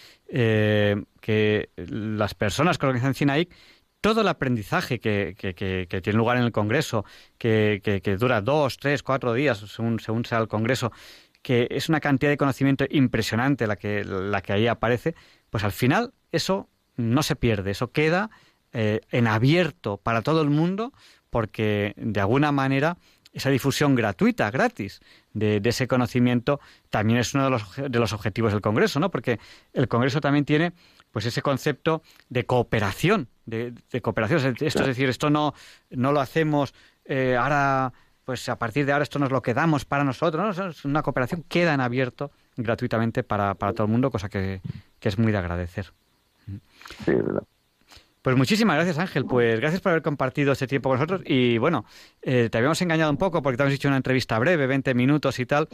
que las personas que organizan CINAIC, todo el aprendizaje que tiene lugar en el Congreso, que dura 2, 3, 4 días, según sea el Congreso, que es una cantidad de conocimiento impresionante la que ahí aparece, pues al final eso no se pierde, eso queda en abierto para todo el mundo, porque de alguna manera esa difusión gratuita, gratis, de ese conocimiento también es uno de los objetivos del Congreso, ¿no? Porque el Congreso también tiene pues ese concepto de cooperación, de cooperación. Esto es decir, esto no lo hacemos ahora, pues a partir de ahora esto nos lo quedamos para nosotros, ¿no? Es una cooperación, queda en abierto gratuitamente para todo el mundo, cosa que es muy de agradecer. Sí, es verdad. Pues muchísimas gracias, Ángel. Pues gracias por haber compartido este tiempo con nosotros. Y bueno, te habíamos engañado un poco porque te habíamos hecho una entrevista breve, 20 minutos y tal.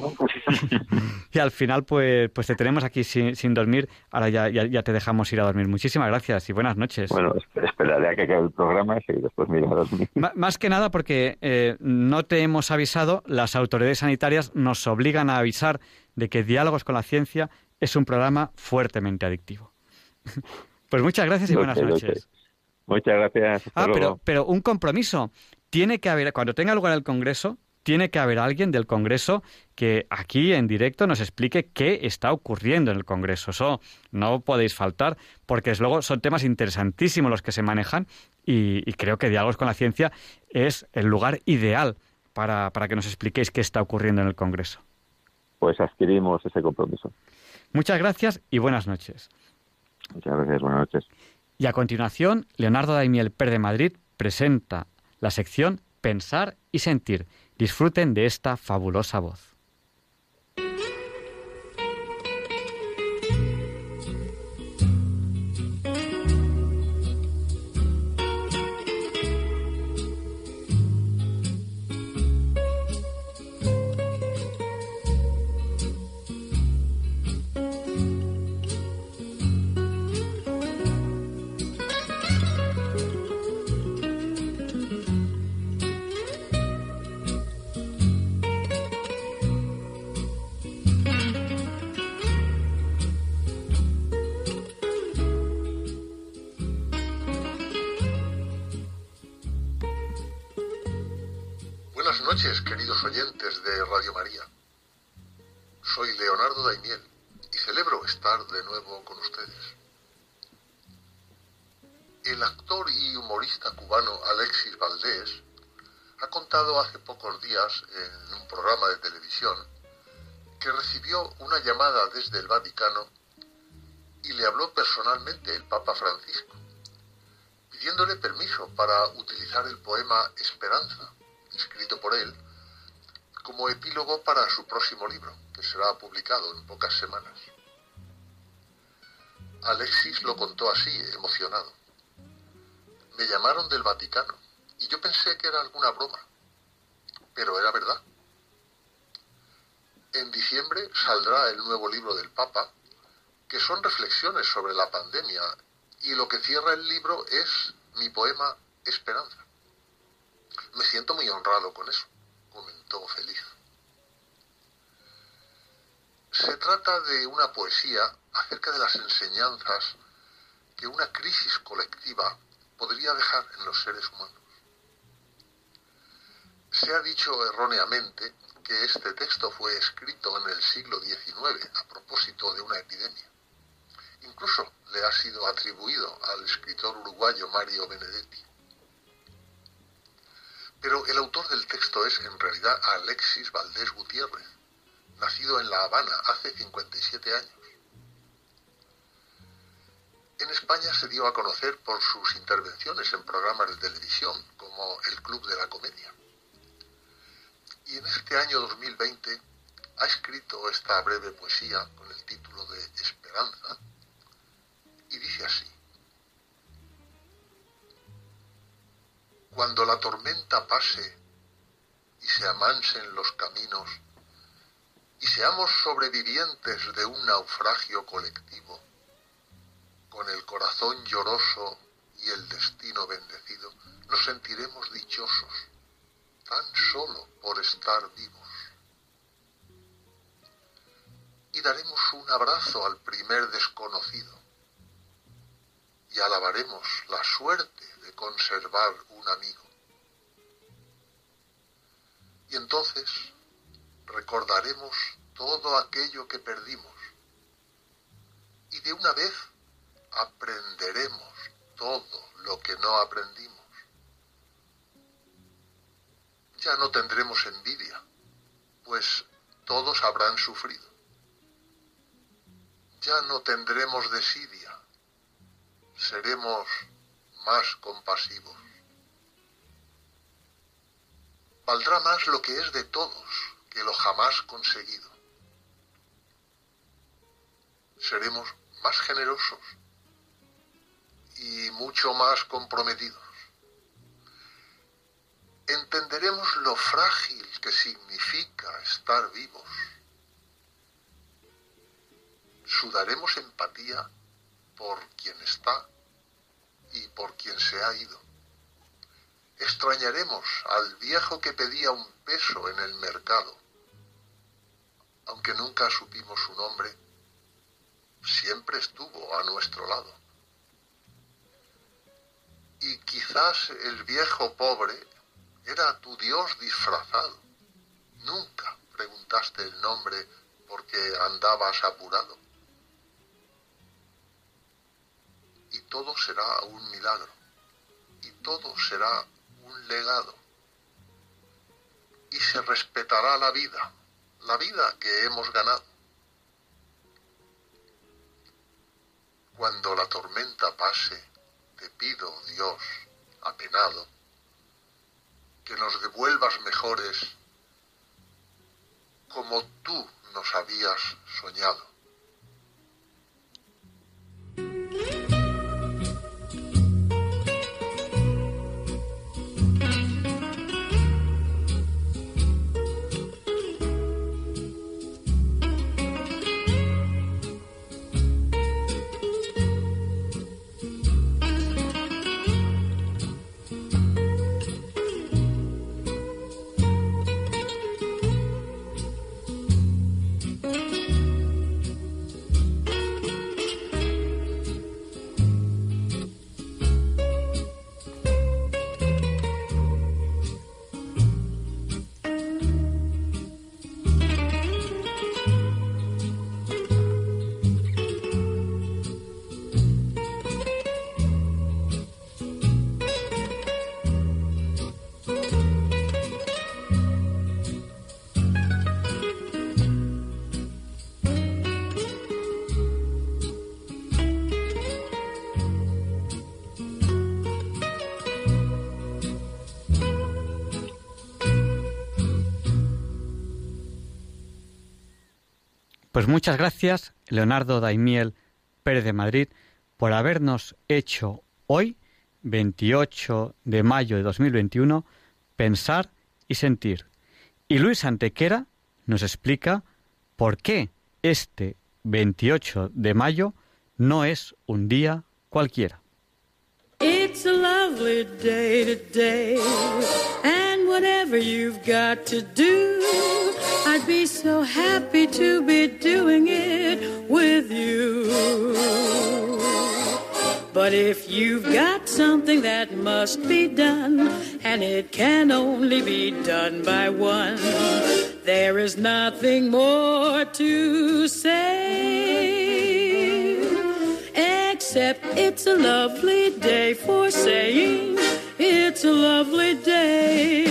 Y al final, pues te tenemos aquí sin dormir. Ahora ya te dejamos ir a dormir. Muchísimas gracias y buenas noches. Bueno, esperaré a que acabe el programa y después me iré a dormir. Más que nada porque no te hemos avisado, las autoridades sanitarias nos obligan a avisar de que Diálogos con la Ciencia es un programa fuertemente adictivo. Pues muchas gracias y buenas noches. Muchas gracias. Hasta luego. Pero un compromiso. Tiene que haber, cuando tenga lugar el Congreso, tiene que haber alguien del Congreso que aquí en directo nos explique qué está ocurriendo en el Congreso. Eso no podéis faltar, porque desde luego son temas interesantísimos los que se manejan y creo que Diálogos con la Ciencia es el lugar ideal para que nos expliquéis qué está ocurriendo en el Congreso. Pues adquirimos ese compromiso. Muchas gracias y buenas noches. Muchas gracias, buenas noches. Y a continuación, Leonardo Daimiel Per de Madrid presenta la sección Pensar y Sentir. Disfruten de esta fabulosa voz. Buenas noches, queridos oyentes de Radio María. Soy Leonardo Daimiel y celebro estar de nuevo con ustedes. El actor y humorista cubano Alexis Valdés ha contado hace pocos días en un programa de televisión que recibió una llamada desde el Vaticano y le habló personalmente el Papa Francisco, pidiéndole permiso para utilizar el poema Esperanza, escrito por él, como epílogo para su próximo libro, que será publicado en pocas semanas. Alexis lo contó así, emocionado. Me llamaron del Vaticano y yo pensé que era alguna broma, pero era verdad. En diciembre saldrá el nuevo libro del Papa, que son reflexiones sobre la pandemia, y lo que cierra el libro es mi poema Esperanza. Me siento muy honrado con eso, comentó feliz. Se trata de una poesía acerca de las enseñanzas que una crisis colectiva podría dejar en los seres humanos. Se ha dicho erróneamente que este texto fue escrito en el siglo XIX a propósito de una epidemia. Incluso le ha sido atribuido al escritor uruguayo Mario Benedetti. Pero el autor del texto es en realidad Alexis Valdés Gutiérrez, nacido en La Habana hace 57 años. En España se dio a conocer por sus intervenciones en programas de televisión, como El Club de la Comedia. Y en este año 2020 ha escrito esta breve poesía con el título de Esperanza, y dice así: Cuando la tormenta pase y se amansen los caminos y seamos sobrevivientes de un naufragio colectivo, con el corazón lloroso y el destino bendecido, nos sentiremos dichosos, tan solo por estar vivos. Y daremos un abrazo al primer desconocido y alabaremos la suerte de conservar un amigo. Y entonces recordaremos todo aquello que perdimos y de una vez aprenderemos todo lo que no aprendimos. Ya no tendremos envidia, pues todos habrán sufrido. Ya no tendremos desidia, seremos más compasivos. Valdrá más lo que es de todos que lo jamás conseguido. Seremos más generosos y mucho más comprometidos. Entenderemos lo frágil que significa estar vivos. Sudaremos empatía por quien está y por quien se ha ido. Extrañaremos al viejo que pedía un peso en el mercado. Aunque nunca supimos su nombre, siempre estuvo a nuestro lado. Y quizás el viejo pobre era tu Dios disfrazado. Nunca preguntaste el nombre porque andabas apurado. Y todo será un milagro. Y todo será un legado. Y se respetará la vida que hemos ganado. Cuando la tormenta pase, te pido, Dios, apenado, que nos devuelvas mejores como tú nos habías soñado. Pues muchas gracias, Leonardo Daimiel Pérez de Madrid, por habernos hecho hoy, 28 de mayo de 2021, pensar y sentir. Y Luis Antequera nos explica por qué este 28 de mayo no es un día cualquiera. It's a lovely day today, and whatever you've got to do, I'd be so happy to be doing it with you. But if you've got something that must be done, and it can only be done by one, there is nothing more to say. Except it's a lovely day for saying it's a lovely day.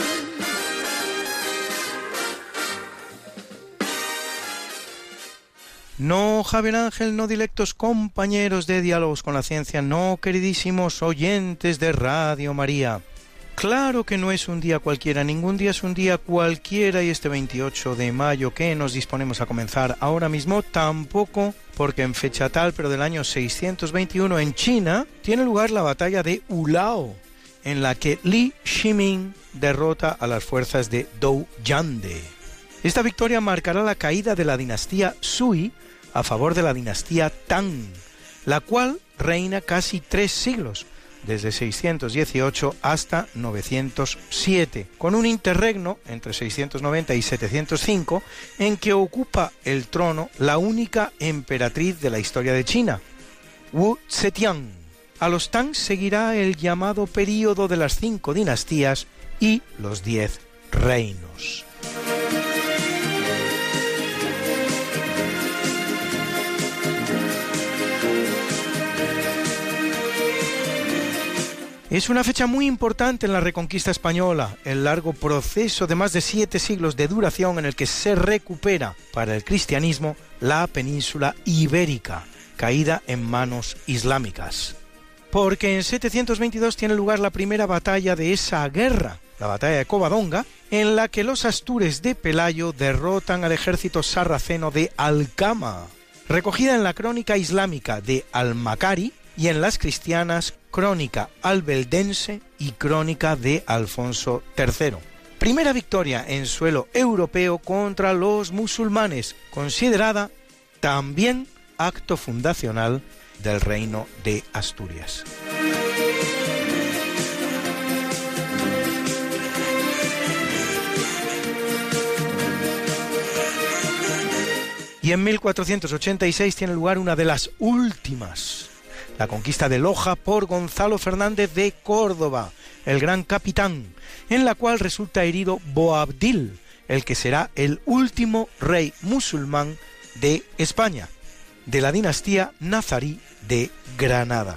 No, Javier Ángel, no, directos compañeros de Diálogos con la Ciencia, no, queridísimos oyentes de Radio María. Claro que no es un día cualquiera, ningún día es un día cualquiera, y este 28 de mayo que nos disponemos a comenzar ahora mismo tampoco, porque en fecha tal, pero del año 621 en China, tiene lugar la batalla de Ulao, en la que Li Shiming derrota a las fuerzas de Dou Yande. Esta victoria marcará la caída de la dinastía Sui a favor de la dinastía Tang, la cual reina casi 3 siglos, desde 618 hasta 907, con un interregno entre 690 y 705 en que ocupa el trono la única emperatriz de la historia de China, Wu Zetian. A los Tang seguirá el llamado período de las 5 dinastías y los 10 reinos. Es una fecha muy importante en la reconquista española, el largo proceso de más de 7 siglos de duración en el que se recupera para el cristianismo la península ibérica, caída en manos islámicas. Porque en 722 tiene lugar la primera batalla de esa guerra, la batalla de Covadonga, en la que los astures de Pelayo derrotan al ejército sarraceno de Alcama, recogida en la crónica islámica de Al-Makari y en las cristianas Crónica Albeldense y Crónica de Alfonso III. Primera victoria en suelo europeo contra los musulmanes, considerada también acto fundacional del Reino de Asturias. Y en 1486 tiene lugar una de las últimas, la conquista de Loja por Gonzalo Fernández de Córdoba, el gran capitán, en la cual resulta herido Boabdil, el que será el último rey musulmán de España, de la dinastía nazarí de Granada.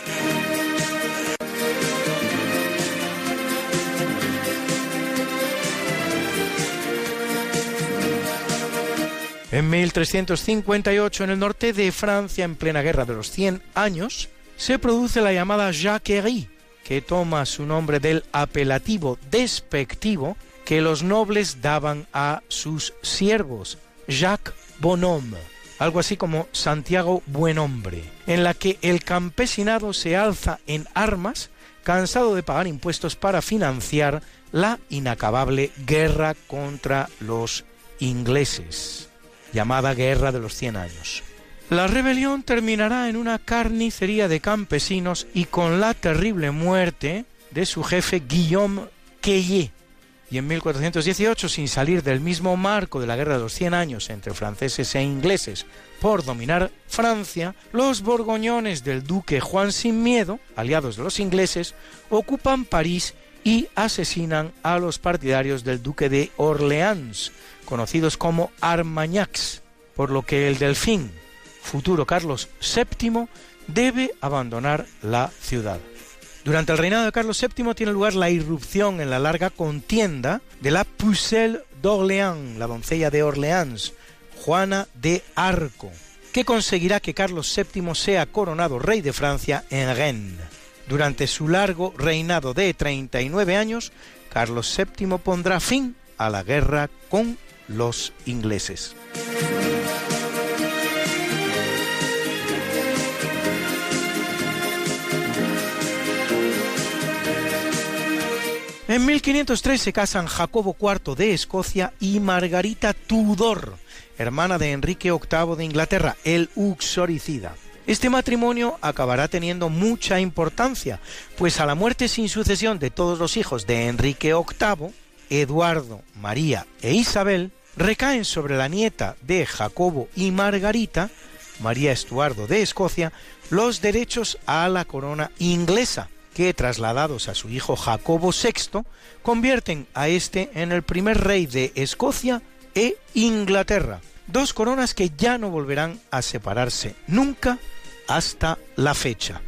En 1358, en el norte de Francia, en plena guerra de los 100 años, se produce la llamada Jacquerie, que toma su nombre del apelativo despectivo que los nobles daban a sus siervos, Jacques Bonhomme, algo así como Santiago Buenhombre, en la que el campesinado se alza en armas, cansado de pagar impuestos para financiar la inacabable guerra contra los ingleses, llamada Guerra de los 100 años. La rebelión terminará en una carnicería de campesinos y con la terrible muerte de su jefe Guillaume Queillet. Y en 1418, sin salir del mismo marco de la Guerra de los 100 años entre franceses e ingleses por dominar Francia, los borgoñones del duque Juan Sin Miedo, aliados de los ingleses, ocupan París y asesinan a los partidarios del duque de Orleans, conocidos como Armagnacs, por lo que el delfín, futuro Carlos VII, debe abandonar la ciudad. Durante el reinado de Carlos VII tiene lugar la irrupción en la larga contienda de la Pucelle d'Orléans, la doncella de Orleans, Juana de Arco, que conseguirá que Carlos VII sea coronado rey de Francia en Rennes. Durante su largo reinado de 39 años, Carlos VII pondrá fin a la guerra con los ingleses. En 1503 se casan Jacobo IV de Escocia y Margarita Tudor, hermana de Enrique VIII de Inglaterra, el uxoricida. Este matrimonio acabará teniendo mucha importancia, pues a la muerte sin sucesión de todos los hijos de Enrique VIII, Eduardo, María e Isabel, recaen sobre la nieta de Jacobo y Margarita, María Estuardo de Escocia, los derechos a la corona inglesa, que, trasladados a su hijo Jacobo VI, convierten a este en el primer rey de Escocia e Inglaterra, dos coronas que ya no volverán a separarse nunca hasta la fecha.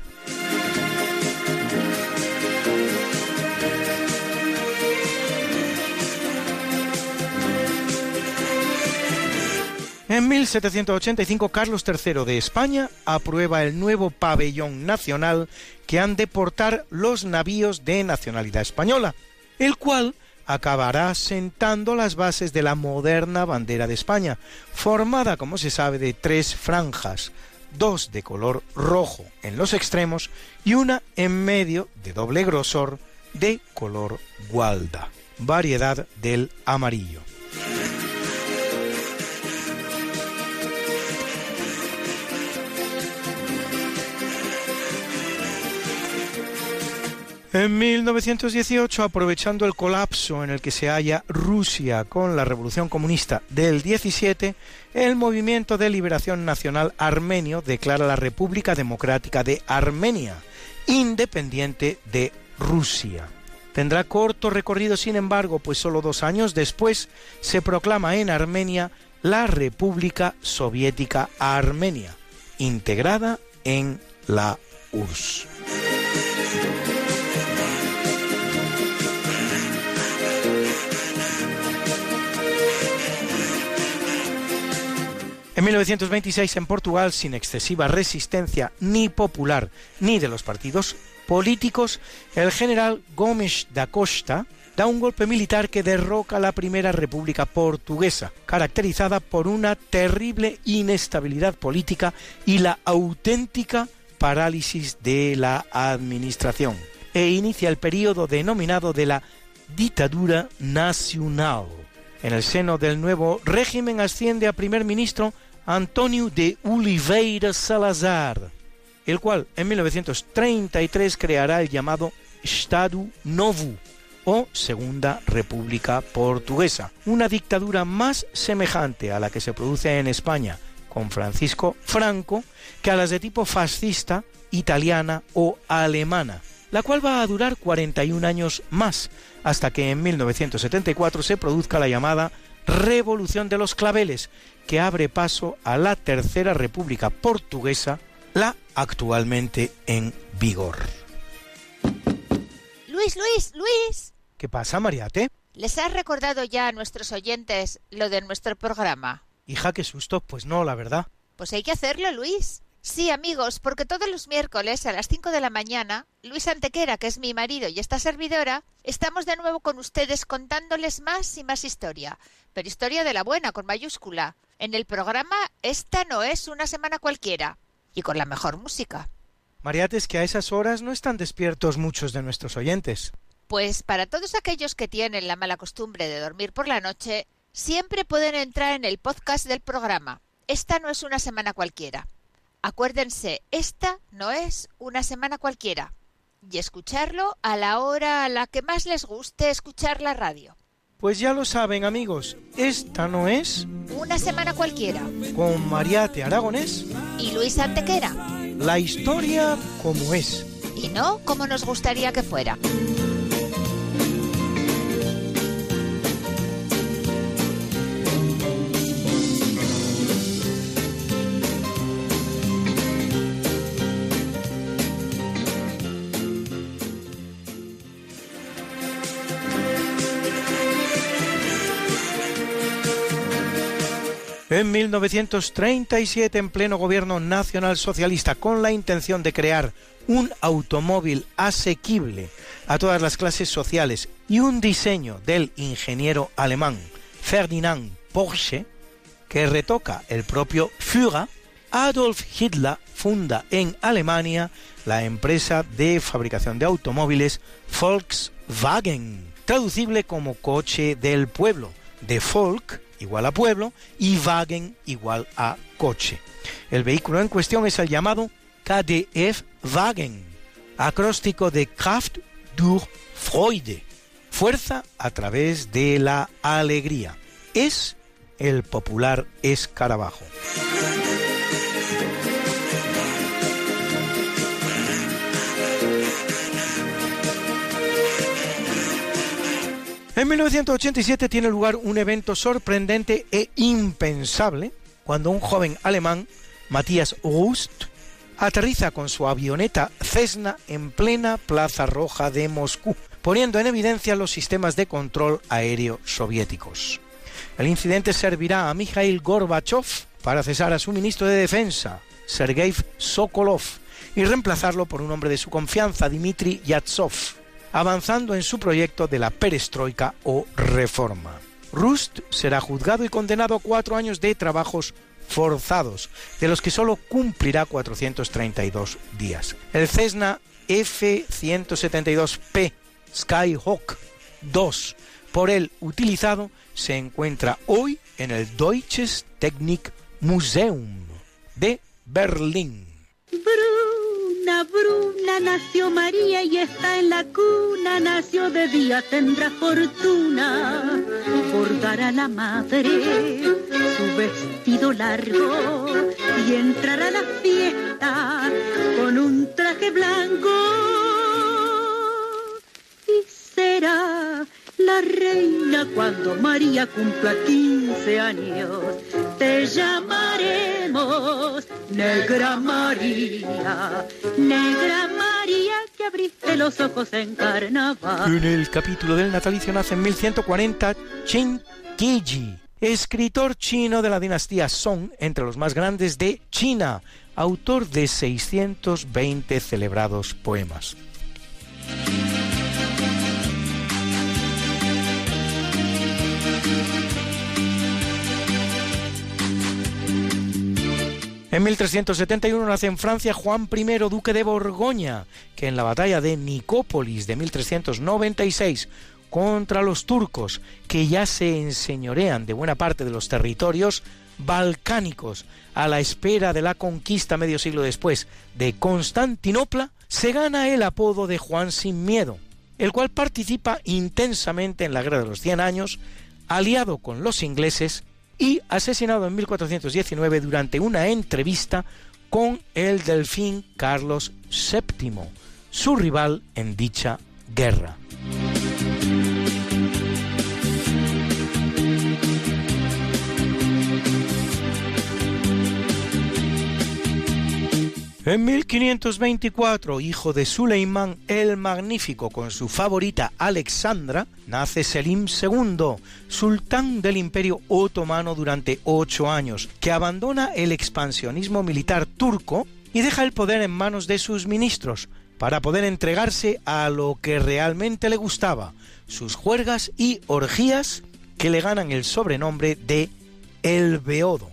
En 1785, Carlos III de España aprueba el nuevo pabellón nacional que han de portar los navíos de nacionalidad española, el cual acabará sentando las bases de la moderna bandera de España, formada, como se sabe, de 3 franjas, 2 de color rojo en los extremos y una en medio de doble grosor de color gualda, variedad del amarillo. En 1918, aprovechando el colapso en el que se halla Rusia con la Revolución Comunista del 17, el Movimiento de Liberación Nacional Armenio declara la República Democrática de Armenia, independiente de Rusia. Tendrá corto recorrido, sin embargo, pues solo 2 años después se proclama en Armenia la República Soviética Armenia, integrada en la URSS. En 1926, en Portugal, sin excesiva resistencia ni popular ni de los partidos políticos, el general Gomes da Costa da un golpe militar que derroca la Primera República Portuguesa, caracterizada por una terrible inestabilidad política y la auténtica parálisis de la administración, e inicia el período denominado de la Ditadura Nacional. En el seno del nuevo régimen asciende a primer ministro António de Oliveira Salazar, el cual en 1933 creará el llamado Estado Novo, o Segunda República Portuguesa, una dictadura más semejante a la que se produce en España con Francisco Franco que a las de tipo fascista, italiana o alemana, la cual va a durar 41 años más, hasta que en 1974 se produzca la llamada Revolución de los Claveles, que abre paso a la Tercera República Portuguesa, la actualmente en vigor. Luis. ¿Qué pasa, Mariate? ¿Les has recordado ya a nuestros oyentes lo de nuestro programa? Hija, qué susto. Pues no, la verdad. Pues hay que hacerlo, Luis. Sí, amigos, porque todos los miércoles a las 5 de la mañana, Luis Antequera, que es mi marido y esta servidora, estamos de nuevo con ustedes contándoles más y más historia, pero historia de la buena, con mayúscula, en el programa Esta no es una semana cualquiera, y con la mejor música. Mariate, es que a esas horas no están despiertos muchos de nuestros oyentes. Pues para todos aquellos que tienen la mala costumbre de dormir por la noche, siempre pueden entrar en el podcast del programa Esta no es una semana cualquiera. Acuérdense, esta no es una semana cualquiera, y escucharlo a la hora a la que más les guste escuchar la radio. Pues ya lo saben, amigos, esta no es una semana cualquiera, con Mariate Aragonés y Luis Antequera. La historia como es, y no como nos gustaría que fuera. En 1937, en pleno gobierno nacional socialista, con la intención de crear un automóvil asequible a todas las clases sociales y un diseño del ingeniero alemán Ferdinand Porsche, que retoca el propio Führer, Adolf Hitler funda en Alemania la empresa de fabricación de automóviles Volkswagen, traducible como coche del pueblo, de Volk igual a pueblo y Wagen igual a coche. El vehículo en cuestión es el llamado KDF-Wagen, acróstico de Kraft durch Freude, fuerza a través de la alegría. Es el popular escarabajo. En 1987 tiene lugar un evento sorprendente e impensable cuando un joven alemán, Matthias Rust, aterriza con su avioneta Cessna en plena Plaza Roja de Moscú, poniendo en evidencia los sistemas de control aéreo soviéticos. El incidente servirá a Mikhail Gorbachev para cesar a su ministro de Defensa, Sergei Sokolov, y reemplazarlo por un hombre de su confianza, Dmitry Yavzov, avanzando en su proyecto de la perestroika o reforma. Rust será juzgado y condenado a 4 años de trabajos forzados, de los que solo cumplirá 432 días. El Cessna F-172P Skyhawk II, por él utilizado, se encuentra hoy en el Deutsches Technikmuseum de Berlín. Bruna, Bruna, día nació María y está en la cuna, nació de día, tendrá fortuna. Bordará la madre su vestido largo y entrará a la fiesta con un traje blanco y será la reina cuando María cumpla 15 años. Te llamaremos Negra María, Negra María, que abriste los ojos en carnaval. En el capítulo del natalicio nace en 1140 Qin Keji, escritor chino de la dinastía Song, entre los más grandes de China, autor de 620 celebrados poemas. En 1371 nace en Francia Juan I, duque de Borgoña, que en la batalla de Nicópolis de 1396 contra los turcos, que ya se enseñorean de buena parte de los territorios balcánicos a la espera de la conquista medio siglo después de Constantinopla, se gana el apodo de Juan sin Miedo, el cual participa intensamente en la Guerra de los 100 Años, aliado con los ingleses y asesinado en 1419 durante una entrevista con el delfín Carlos VII, su rival en dicha guerra. En 1524, hijo de Suleimán el Magnífico con su favorita Alexandra, nace Selim II, sultán del Imperio Otomano durante 8 años, que abandona el expansionismo militar turco y deja el poder en manos de sus ministros, para poder entregarse a lo que realmente le gustaba, sus juergas y orgías, que le ganan el sobrenombre de El Beodo.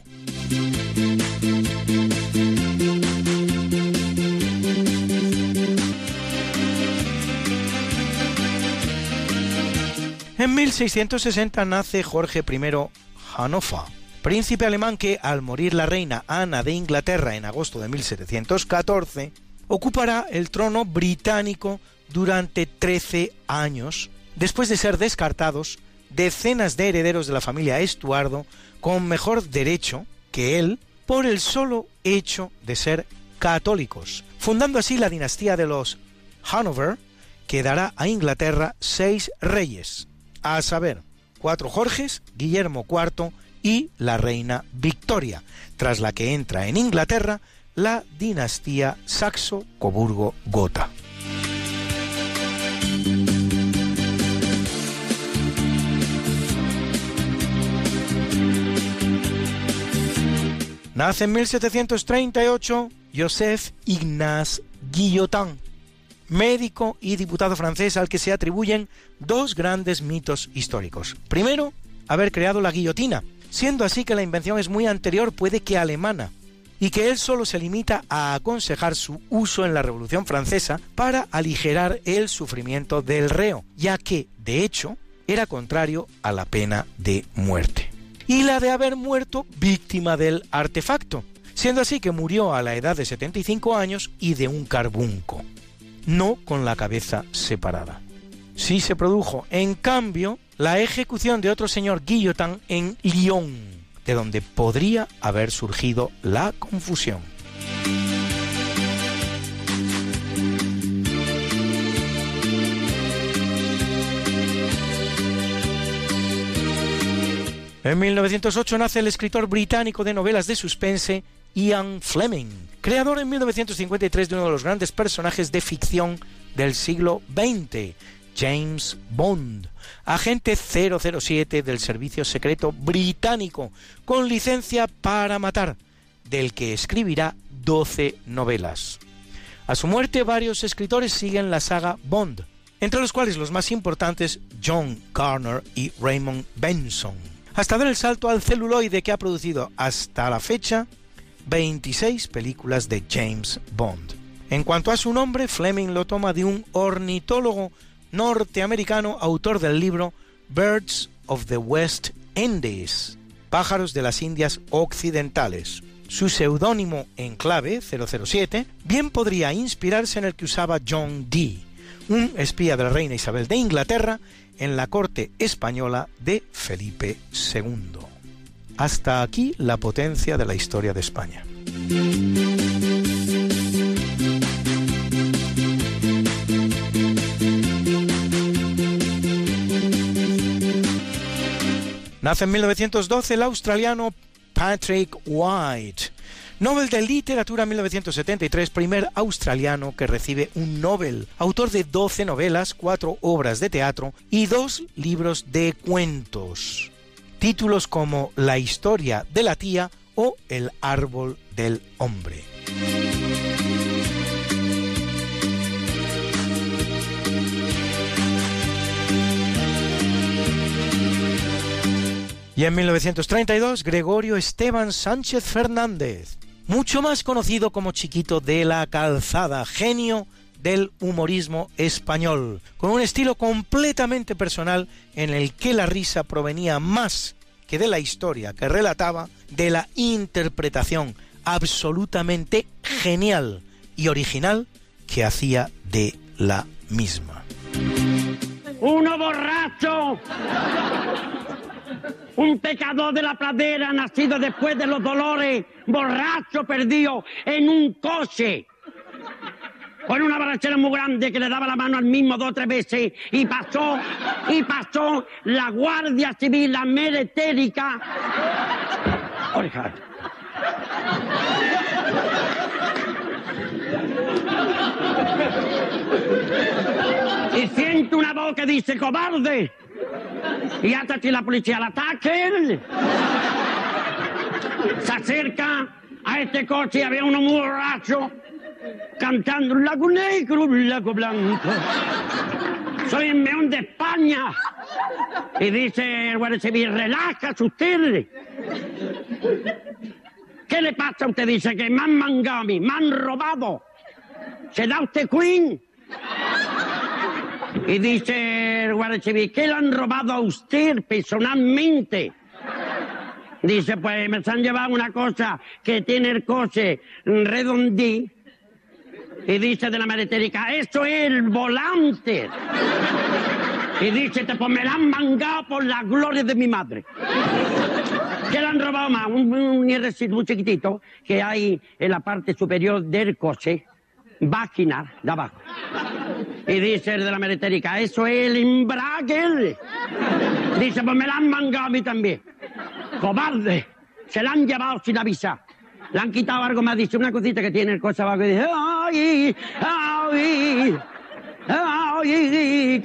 En 1660 nace Jorge I Hannover, príncipe alemán que, al morir la reina Ana de Inglaterra en agosto de 1714, ocupará el trono británico durante 13 años, después de ser descartados decenas de herederos de la familia Estuardo con mejor derecho que él por el solo hecho de ser católicos, fundando así la dinastía de los Hanover, que dará a Inglaterra 6 reyes, a saber, 4 Jorges, Guillermo IV y la reina Victoria, tras la que entra en Inglaterra la dinastía Saxo-Coburgo-Gotha. Nace en 1738 Joseph Ignace Guillotin, médico y diputado francés al que se atribuyen 2 grandes mitos históricos. Primero, haber creado la guillotina, siendo así que la invención es muy anterior, puede que alemana, y que él solo se limita a aconsejar su uso en la Revolución Francesa para aligerar el sufrimiento del reo, ya que, de hecho, era contrario a la pena de muerte. Y la de haber muerto víctima del artefacto, siendo así que murió a la edad de 75 años y de un carbunco, no con la cabeza separada. Sí se produjo, en cambio, la ejecución de otro señor Guillotin en Lyon, de donde podría haber surgido la confusión. En 1908 nace el escritor británico de novelas de suspense Ian Fleming, creador en 1953 de uno de los grandes personajes de ficción del siglo XX, James Bond, agente 007 del Servicio Secreto Británico, con licencia para matar, del que escribirá 12 novelas. A su muerte, varios escritores siguen la saga Bond, entre los cuales los más importantes John Garner y Raymond Benson, hasta dar el salto al celuloide que ha producido hasta la fecha 26 películas de James Bond. En cuanto a su nombre, Fleming lo toma de un ornitólogo norteamericano, autor del libro Birds of the West Indies, pájaros de las Indias Occidentales, Su seudónimo en clave, 007, bien podría inspirarse en el que usaba John Dee, un espía de la reina Isabel de Inglaterra en la corte española de Felipe II. Hasta aquí la potencia de la historia de España. Nace en 1912 el australiano Patrick White, Nobel de Literatura 1973, primer australiano que recibe un Nobel, autor de 12 novelas, 4 obras de teatro y 2 libros de cuentos. Títulos como La historia de la tía o El árbol del hombre. Y en 1932, Gregorio Esteban Sánchez Fernández, mucho más conocido como Chiquito de la Calzada, genio del humorismo español, con un estilo completamente personal en el que la risa provenía más que de la historia que relataba, de la interpretación absolutamente genial y original que hacía de la misma. Uno borracho, un pecador de la pradera, nacido después de los dolores, borracho perdido en un coche, con una borrachera muy grande que le daba la mano al mismo 2 o 3 veces, y pasó la Guardia Civil, la meretérica. Oiga. Y siento una voz que dice: cobarde. Y hasta que la policía la ataque, se acerca a este coche y había uno muy borracho cantando un lago negro, un lago blanco. Soy el meón de España. Y dice el guardia civil: relájese usted. ¿Qué le pasa a usted? Dice que me han mangado a mí, me han robado. ¿Se da usted Queen? Y dice el guardia civil: ¿qué le han robado a usted personalmente? Dice: pues me han llevado una cosa que tiene el coche redondí. Y dice de la maletérica: eso es el volante. Y dice: pues me la han mangado por la gloria de mi madre. ¿Qué le han robado más? Un residuo chiquitito que hay en la parte superior del coche, vaginal, de abajo. Y dice el de la maletérica: eso es el embrague. Dice: pues me la han mangado a mí también. Cobarde, se la han llevado sin avisar. Le han quitado algo más, dice una cosita que tiene el coche abajo y dice: ay, ay, ay,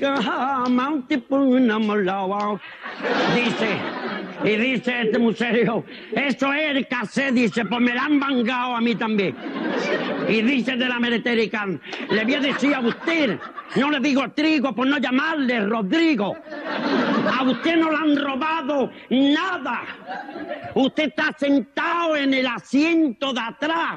y dice este museo: eso es el cassette. Dice: pues me la han mangado a mí también. Y dice de la meretérica: le voy a decir a usted, no le digo Trigo por no llamarle Rodrigo, a usted no le han robado nada. Usted está sentado en el asiento de atrás.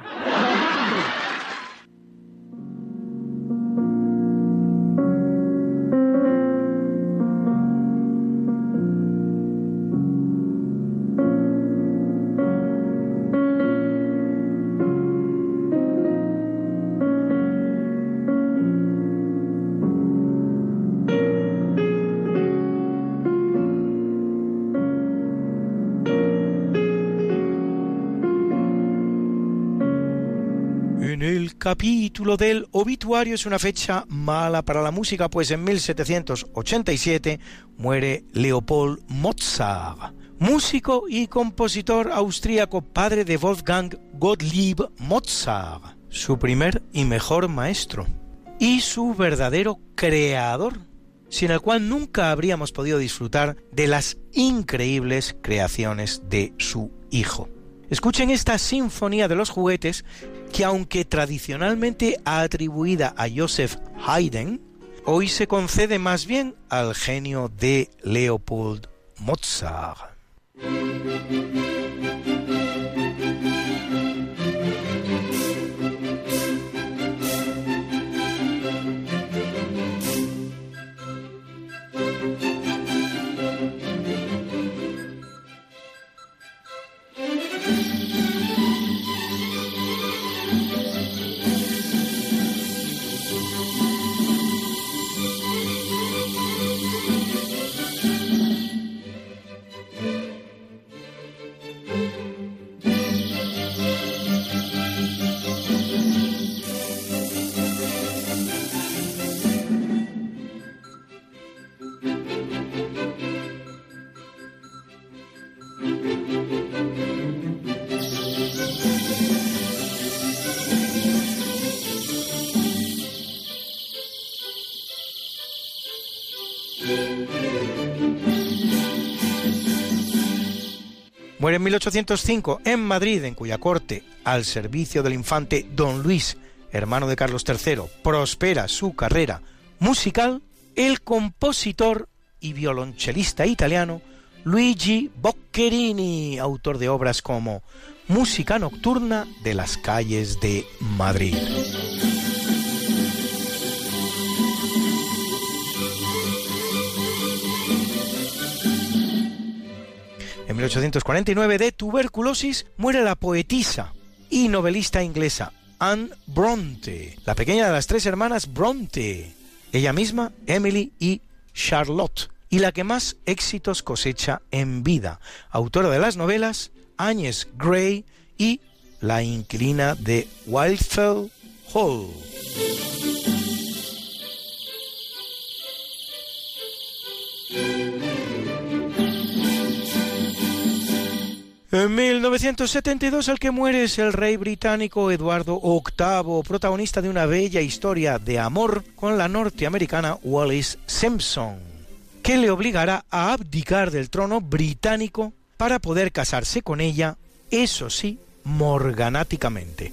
Capítulo del obituario es una fecha mala para la música, pues en 1787 muere Leopold Mozart, músico y compositor austríaco, padre de Wolfgang Gottlieb Mozart, su primer y mejor maestro, y su verdadero creador, sin el cual nunca habríamos podido disfrutar de las increíbles creaciones de su hijo. Escuchen esta Sinfonía de los Juguetes, que aunque tradicionalmente atribuida a Joseph Haydn, hoy se concede más bien al genio de Leopold Mozart. Muere en 1805 en Madrid, en cuya corte, al servicio del infante Don Luis, hermano de Carlos III, prospera su carrera musical, el compositor y violonchelista italiano Luigi Boccherini, autor de obras como Música nocturna de las calles de Madrid. En 1849, de tuberculosis, muere la poetisa y novelista inglesa Anne Bronte, la pequeña de las tres hermanas Bronte, ella misma, Emily y Charlotte, y la que más éxitos cosecha en vida, autora de las novelas Agnes Grey y La inquilina de Wildfell Hall. En 1972 el que muere es el rey británico Eduardo VIII, protagonista de una bella historia de amor con la norteamericana Wallis Simpson, que le obligará a abdicar del trono británico para poder casarse con ella, eso sí, morganáticamente.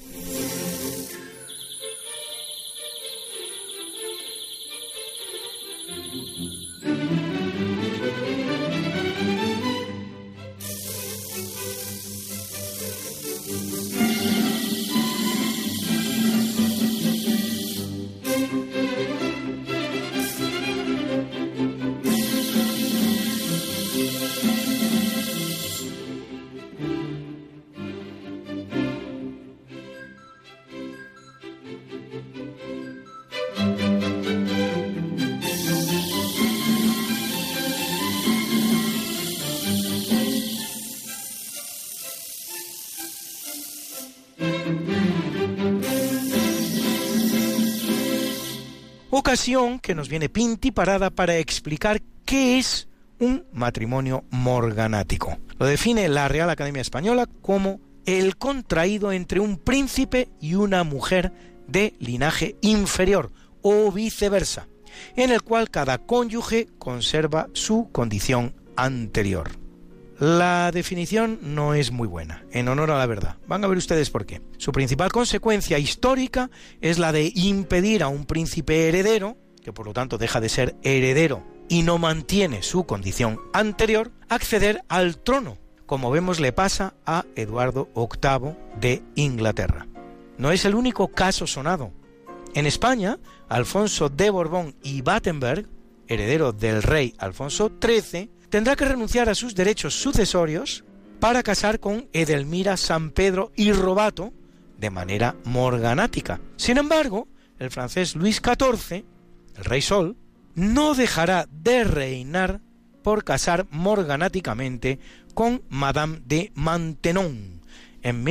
Ocasión que nos viene pintiparada para explicar qué es un matrimonio morganático. Lo define la Real Academia Española como el contraído entre un príncipe y una mujer de linaje inferior o viceversa, en el cual cada cónyuge conserva su condición anterior. La definición no es muy buena, en honor a la verdad. Van a ver ustedes por qué. Su principal consecuencia histórica es la de impedir a un príncipe heredero, que por lo tanto deja de ser heredero y no mantiene su condición anterior, acceder al trono, como vemos le pasa a Eduardo VIII de Inglaterra. No es el único caso sonado. En España, Alfonso de Borbón y Battenberg, heredero del rey Alfonso XIII, tendrá que renunciar a sus derechos sucesorios para casar con Edelmira San Pedro y Robato de manera morganática. Sin embargo, el francés Luis XIV, el rey Sol, no dejará de reinar por casar morganáticamente con Madame de Maintenon en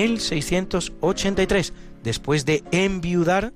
1683, después de enviudar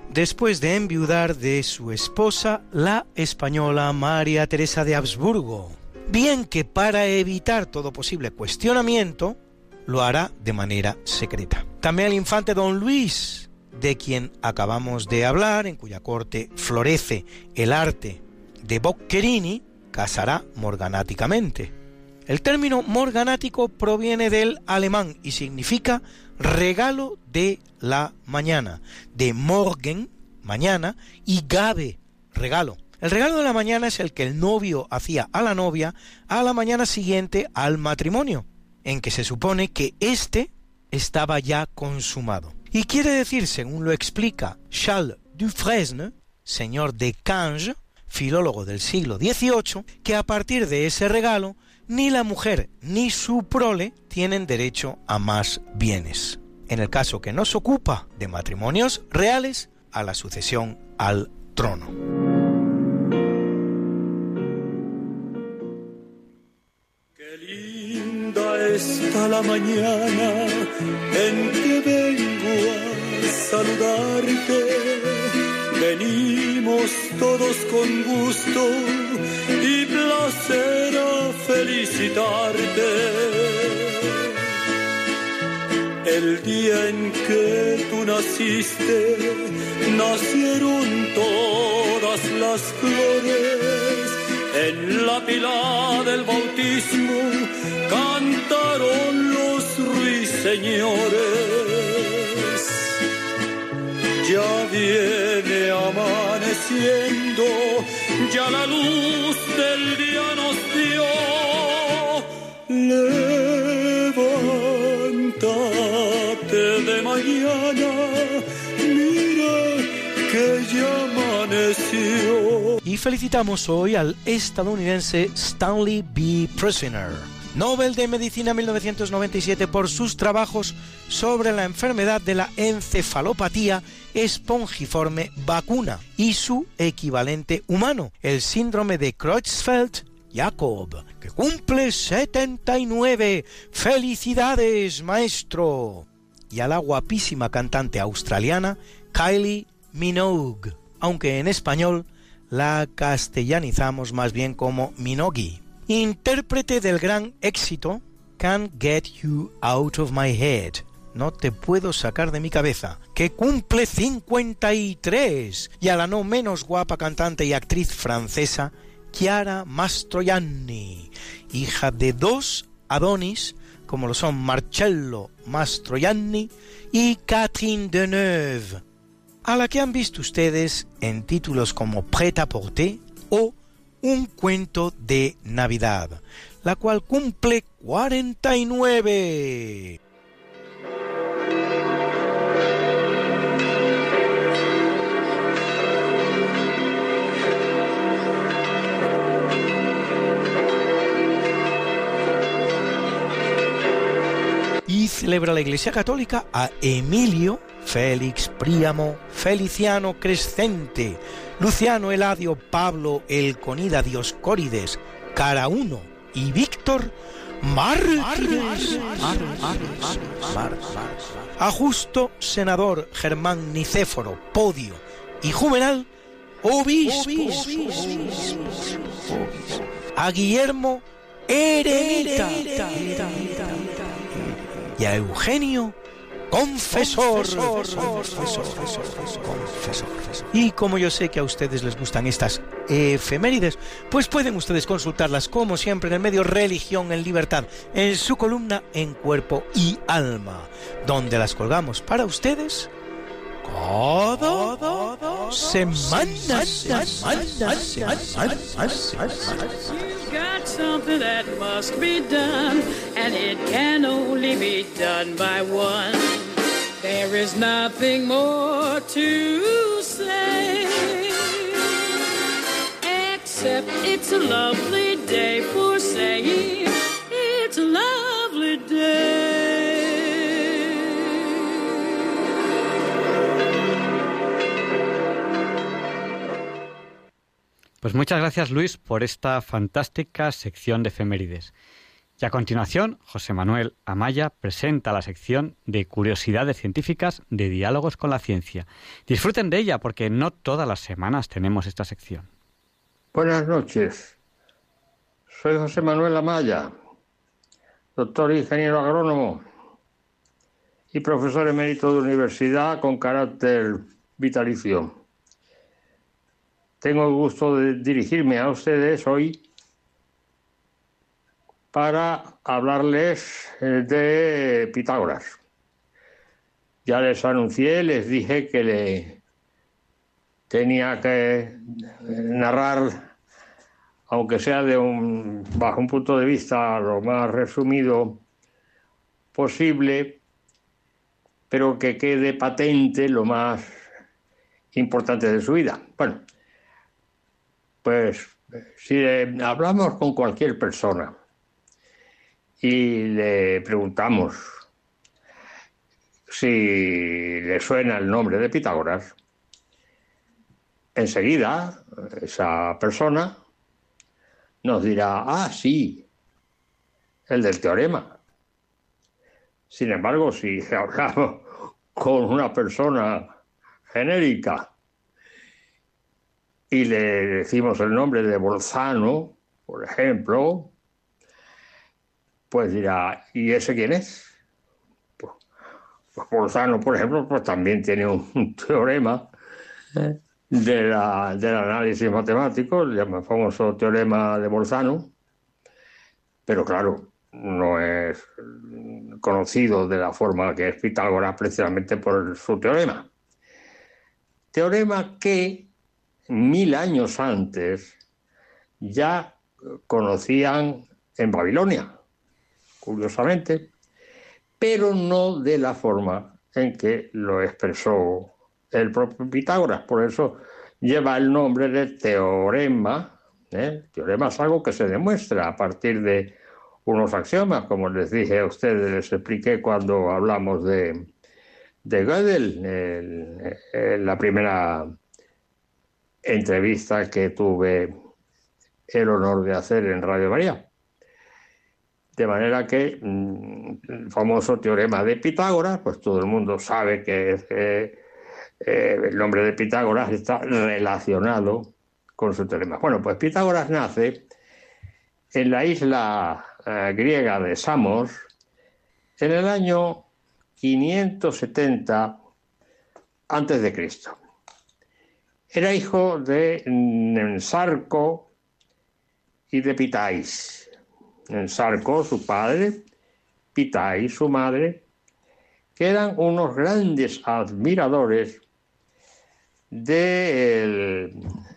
de su esposa, la española María Teresa de Habsburgo. Bien que para evitar todo posible cuestionamiento, lo hará de manera secreta. También el infante Don Luis, de quien acabamos de hablar, en cuya corte florece el arte de Boccherini, casará morganáticamente. El término morganático proviene del alemán y significa regalo de la mañana, de morgen, mañana, y gabe, regalo. El regalo de la mañana es el que el novio hacía a la novia a la mañana siguiente al matrimonio, en que se supone que éste estaba ya consumado. Y quiere decir, según lo explica Charles Dufresne, señor de Canges, filólogo del siglo XVIII, que a partir de ese regalo, ni la mujer ni su prole tienen derecho a más bienes. En el caso que nos ocupa de matrimonios reales, a la sucesión al trono. Está la mañana en que vengo a saludarte. Venimos todos con gusto y placer a felicitarte. El día en que tú naciste, nacieron todas las flores en la pila del bautismo cantaron los ruiseñores. Ya viene amaneciendo, ya la luz del día nos dio. Levántate de mañana, mira que ya amaneció. Y felicitamos hoy al estadounidense Stanley B. Prisoner, Nobel de Medicina 1997 por sus trabajos sobre la enfermedad de la encefalopatía espongiforme vacuna y su equivalente humano, el síndrome de Creutzfeldt-Jakob, que cumple 79. ¡Felicidades, maestro! Y a la guapísima cantante australiana Kylie Minogue, aunque en español la castellanizamos más bien como Minogue, intérprete del gran éxito Can't Get You Out of My Head, no te puedo sacar de mi cabeza, que cumple 53, y a la no menos guapa cantante y actriz francesa Chiara Mastroianni, hija de dos Adonis, como lo son Marcello Mastroianni y Catherine Deneuve, a la que han visto ustedes en títulos como Prêt-à-porter o Un cuento de Navidad, la cual cumple 49. Y celebra la Iglesia Católica a Emilio, Félix, Príamo, Feliciano, Crescente, Luciano, Eladio, Pablo, Elconida, Dioscórides, Carauno y Víctor Mártires. A Justo, Senador, Germán, Nicéforo, Podio y Juvenal, Obispos. A Guillermo, Eremita. Y a Eugenio, Confesor. Y como yo sé que a ustedes les gustan estas efemérides, pues pueden ustedes consultarlas como siempre en el medio Religión en Libertad, en su columna En Cuerpo y Alma, donde las colgamos para ustedes cada semana. Got something that must be done, and it can only be done by one. There is nothing more to say, except it's a lovely day for saying it's a lovely day. Pues muchas gracias, Luis, por esta fantástica sección de efemérides. Y a continuación, José Manuel Amaya presenta la sección de curiosidades científicas de Diálogos con la Ciencia. Disfruten de ella porque no todas las semanas tenemos esta sección. Buenas noches. Soy José Manuel Amaya, doctor e ingeniero agrónomo y profesor emérito de universidad con carácter vitalicio. Tengo el gusto de dirigirme a ustedes hoy para hablarles de Pitágoras. Ya les anuncié, les dije que le tenía que narrar, aunque sea bajo un punto de vista lo más resumido posible, pero que quede patente lo más importante de su vida. Bueno, pues si hablamos con cualquier persona y le preguntamos si le suena el nombre de Pitágoras, enseguida esa persona nos dirá, ah, sí, el del teorema. Sin embargo, si hablamos con una persona genérica y le decimos el nombre de Bolzano, por ejemplo, pues dirá, ¿y ese quién es? Pues Bolzano, por ejemplo, pues también tiene un teorema del análisis matemático, el famoso teorema de Bolzano, pero claro, no es conocido de la forma que es Pitágoras precisamente por su teorema. Teorema que 1000 años antes ya conocían en Babilonia, curiosamente, pero no de la forma en que lo expresó el propio Pitágoras. Por eso lleva el nombre de teorema. Teorema es algo que se demuestra a partir de unos axiomas, como les dije a ustedes, les expliqué cuando hablamos de Gödel, en la primera entrevista que tuve el honor de hacer en Radio María. De manera que el famoso teorema de Pitágoras, pues todo el mundo sabe que el nombre de Pitágoras está relacionado con su teorema. Bueno, pues Pitágoras nace en la isla griega de Samos en el año 570 a.C. Era hijo de Ensarco y de Pitais. Ensarco, su padre, Pitais, su madre, que eran unos grandes admiradores del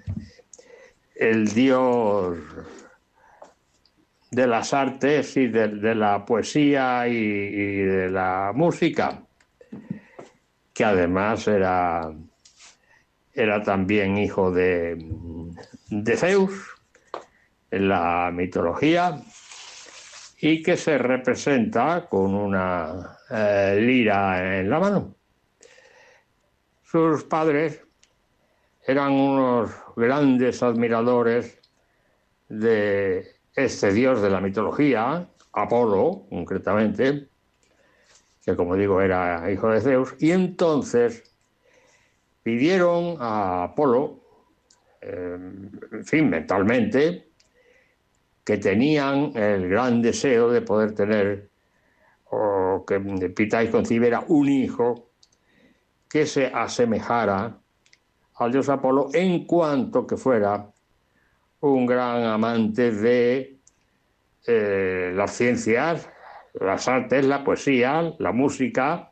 dios de las artes y de la poesía y de la música, que además era también hijo de Zeus en la mitología, y que se representa con una lira en la mano. Sus padres eran unos grandes admiradores de este dios de la mitología, Apolo, concretamente, que como digo era hijo de Zeus, y entonces pidieron a Apolo, en fin, mentalmente, que tenían el gran deseo de poder tener, o que Pitais concibiera un hijo que se asemejara al dios Apolo en cuanto que fuera un gran amante de las ciencias, las artes, la poesía, la música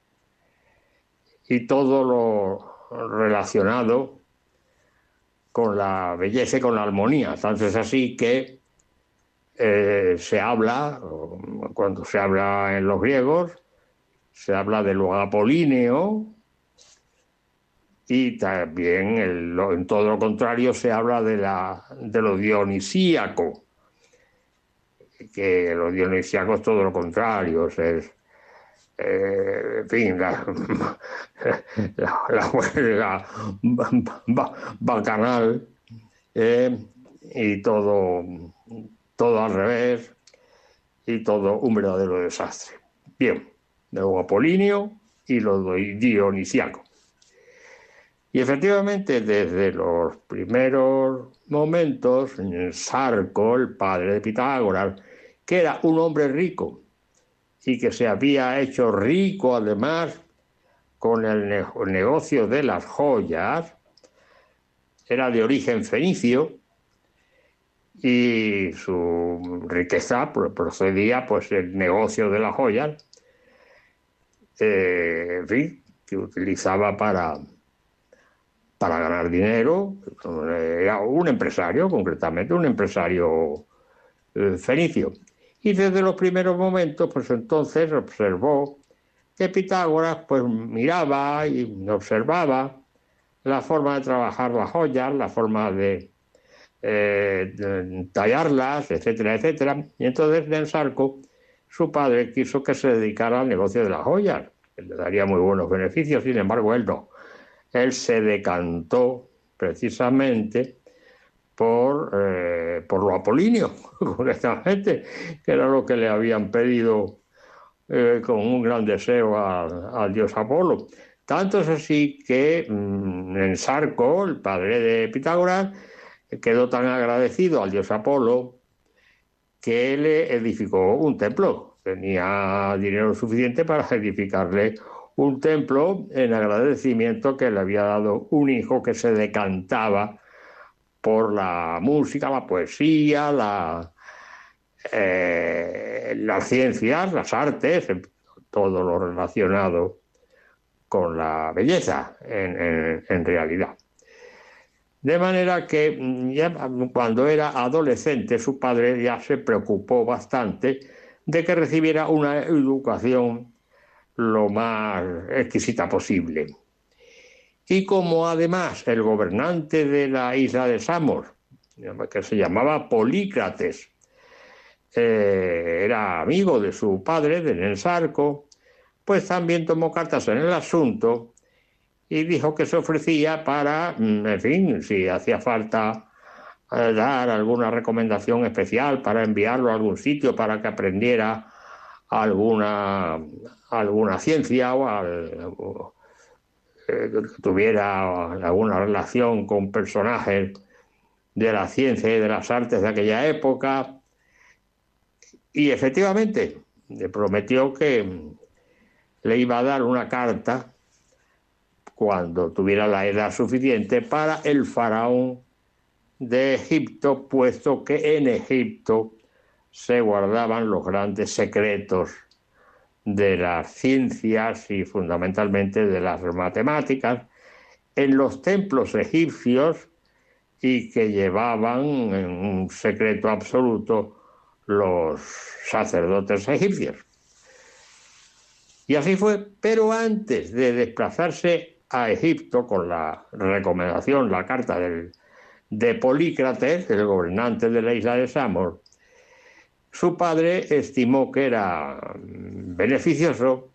y todo lo relacionado con la belleza y con la armonía. Tanto es así que se habla, cuando se habla en los griegos, se habla de lo apolíneo, y también en todo lo contrario se habla de lo dionisíaco, que lo dionisíaco es todo lo contrario, es en fin, la juerga bacanal, y todo al revés, y todo un verdadero desastre. Bien, lo apolíneo y lo dionisíaco. Y efectivamente, desde los primeros momentos, Sarco, el padre de Pitágoras, que era un hombre rico y que se había hecho rico además con el negocio de las joyas, era de origen fenicio, y su riqueza procedía pues del negocio de las joyas, en fin, que utilizaba para ganar dinero. Era un empresario, concretamente un empresario fenicio. Y desde los primeros momentos, pues entonces observó que Pitágoras pues miraba y observaba la forma de trabajar las joyas, la forma de tallarlas, etcétera, etcétera. Y entonces Ensarco, su padre, quiso que se dedicara al negocio de las joyas, que le daría muy buenos beneficios. Sin embargo, él no. Él se decantó precisamente por lo apolíneo, concretamente, que era lo que le habían pedido con un gran deseo al dios Apolo. Tanto es así que Ensarco, el padre de Pitágoras, quedó tan agradecido al dios Apolo que le edificó un templo. Tenía dinero suficiente para edificarle un templo en agradecimiento que le había dado un hijo que se decantaba por la música, la poesía, las ciencias, las artes, todo lo relacionado con la belleza en realidad. De manera que ya cuando era adolescente su padre ya se preocupó bastante de que recibiera una educación lo más exquisita posible. Y como además el gobernante de la isla de Samos, que se llamaba Polícrates, era amigo de su padre, de Nensarco, pues también tomó cartas en el asunto y dijo que se ofrecía para, en fin, si hacía falta dar alguna recomendación especial para enviarlo a algún sitio para que aprendiera alguna ciencia o que tuviera alguna relación con personajes de la ciencia y de las artes de aquella época. Y efectivamente le prometió que le iba a dar una carta cuando tuviera la edad suficiente para el faraón de Egipto, puesto que en Egipto se guardaban los grandes secretos de las ciencias y fundamentalmente de las matemáticas en los templos egipcios y que llevaban en un secreto absoluto los sacerdotes egipcios. Y así fue, pero antes de desplazarse a Egipto con la recomendación, la carta de Polícrates, el gobernante de la isla de Samos, su padre estimó que era beneficioso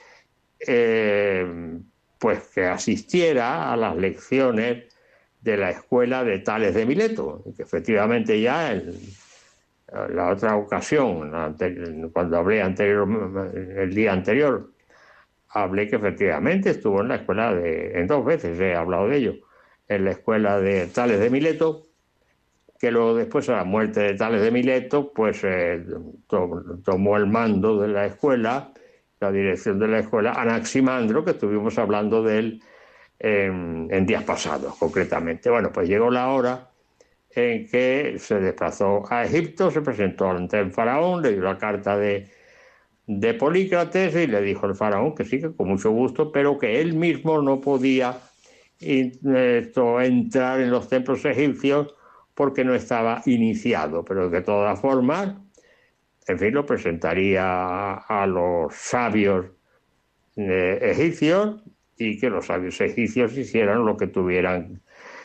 pues que asistiera a las lecciones de la escuela de Tales de Mileto, que efectivamente ya en la otra ocasión, cuando hablé el día anterior, hablé que efectivamente estuvo en la escuela en 2 veces he hablado de ello, en la escuela de Tales de Mileto, que luego después a la muerte de Tales de Mileto, pues tomó el mando de la escuela, la dirección de la escuela, Anaximandro, que estuvimos hablando de él en días pasados, concretamente. Bueno, pues llegó la hora en que se desplazó a Egipto, se presentó ante el faraón, le dio la carta de Polícrates y le dijo al faraón que sí, que con mucho gusto, pero que él mismo no podía entrar en los templos egipcios porque no estaba iniciado, pero de todas formas, en fin, lo presentaría a los sabios egipcios y que los sabios egipcios hicieran lo que tuvieran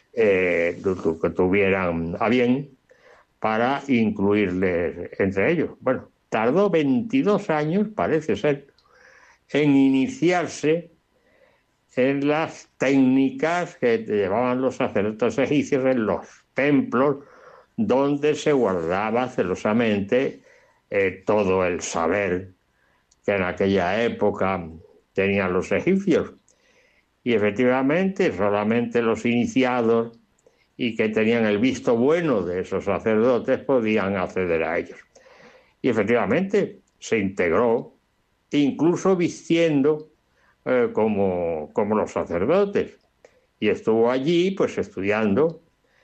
a bien para incluirles entre ellos. Bueno, tardó 22 años, parece ser, en iniciarse en las técnicas que llevaban los sacerdotes egipcios en los templos donde se guardaba celosamente todo el saber que en aquella época tenían los egipcios. Y efectivamente solamente los iniciados y que tenían el visto bueno de esos sacerdotes podían acceder a ellos. Y efectivamente se integró, incluso vistiendo como los sacerdotes. Y estuvo allí pues estudiando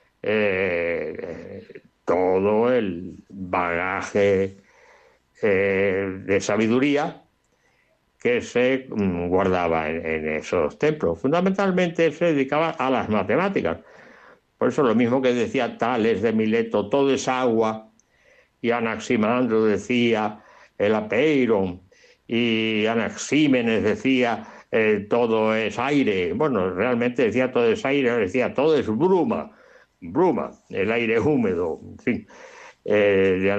todo el bagaje de sabiduría que se guardaba en esos templos. Fundamentalmente se dedicaba a las matemáticas. Por eso lo mismo que decía Tales de Mileto, todo es agua, y Anaximandro decía el apeiron, y Anaxímenes decía todo es aire. Bueno, realmente decía todo es aire, decía todo es bruma, el aire húmedo. En fin, de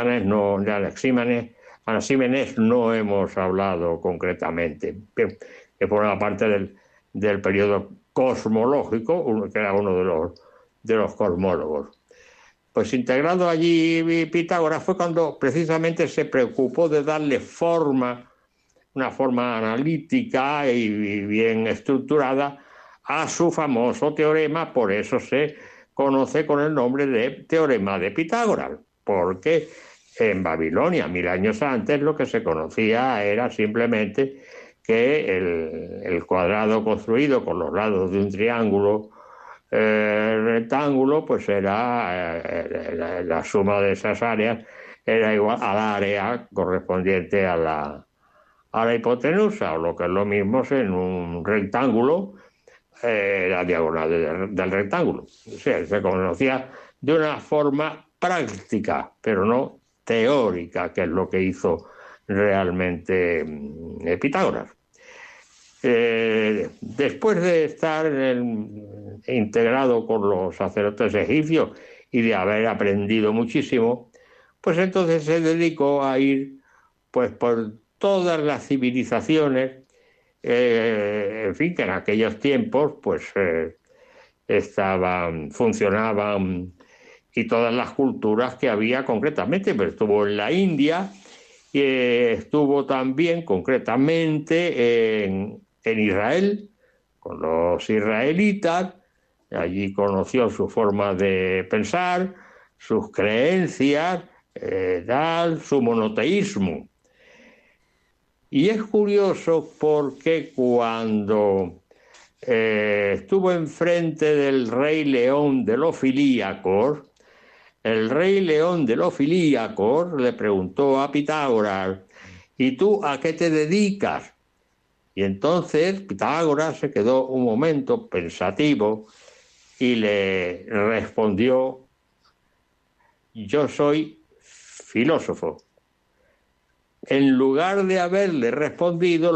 Anaxímenes no hemos hablado concretamente, que forma parte del periodo cosmológico, que era uno de los cosmólogos. Pues integrado allí Pitágoras fue cuando precisamente se preocupó de darle una forma analítica y bien estructurada a su famoso teorema, por eso se conoce con el nombre de Teorema de Pitágoras, porque en Babilonia, 1000 años antes, lo que se conocía era simplemente que el cuadrado construido con los lados de un triángulo rectángulo, pues era la suma de esas áreas era igual al área correspondiente a la hipotenusa, o lo que es lo mismo en un rectángulo, la diagonal del rectángulo. O sea, se conocía de una forma práctica, pero no teórica, que es lo que hizo realmente Pitágoras. Después de estar integrado con los sacerdotes egipcios y de haber aprendido muchísimo, pues entonces se dedicó a ir pues por todas las civilizaciones, en fin, que en aquellos tiempos pues funcionaban, y todas las culturas que había concretamente, pero estuvo en la India, y estuvo también concretamente en Israel, con los israelitas. Allí conoció su forma de pensar, sus creencias, su monoteísmo. Y es curioso porque cuando estuvo enfrente del rey León de los Filíacos, el rey León de los Filíacos le preguntó a Pitágoras: ¿y tú a qué te dedicas? Y entonces Pitágoras se quedó un momento pensativo y le respondió: yo soy filósofo. En lugar de haberle respondido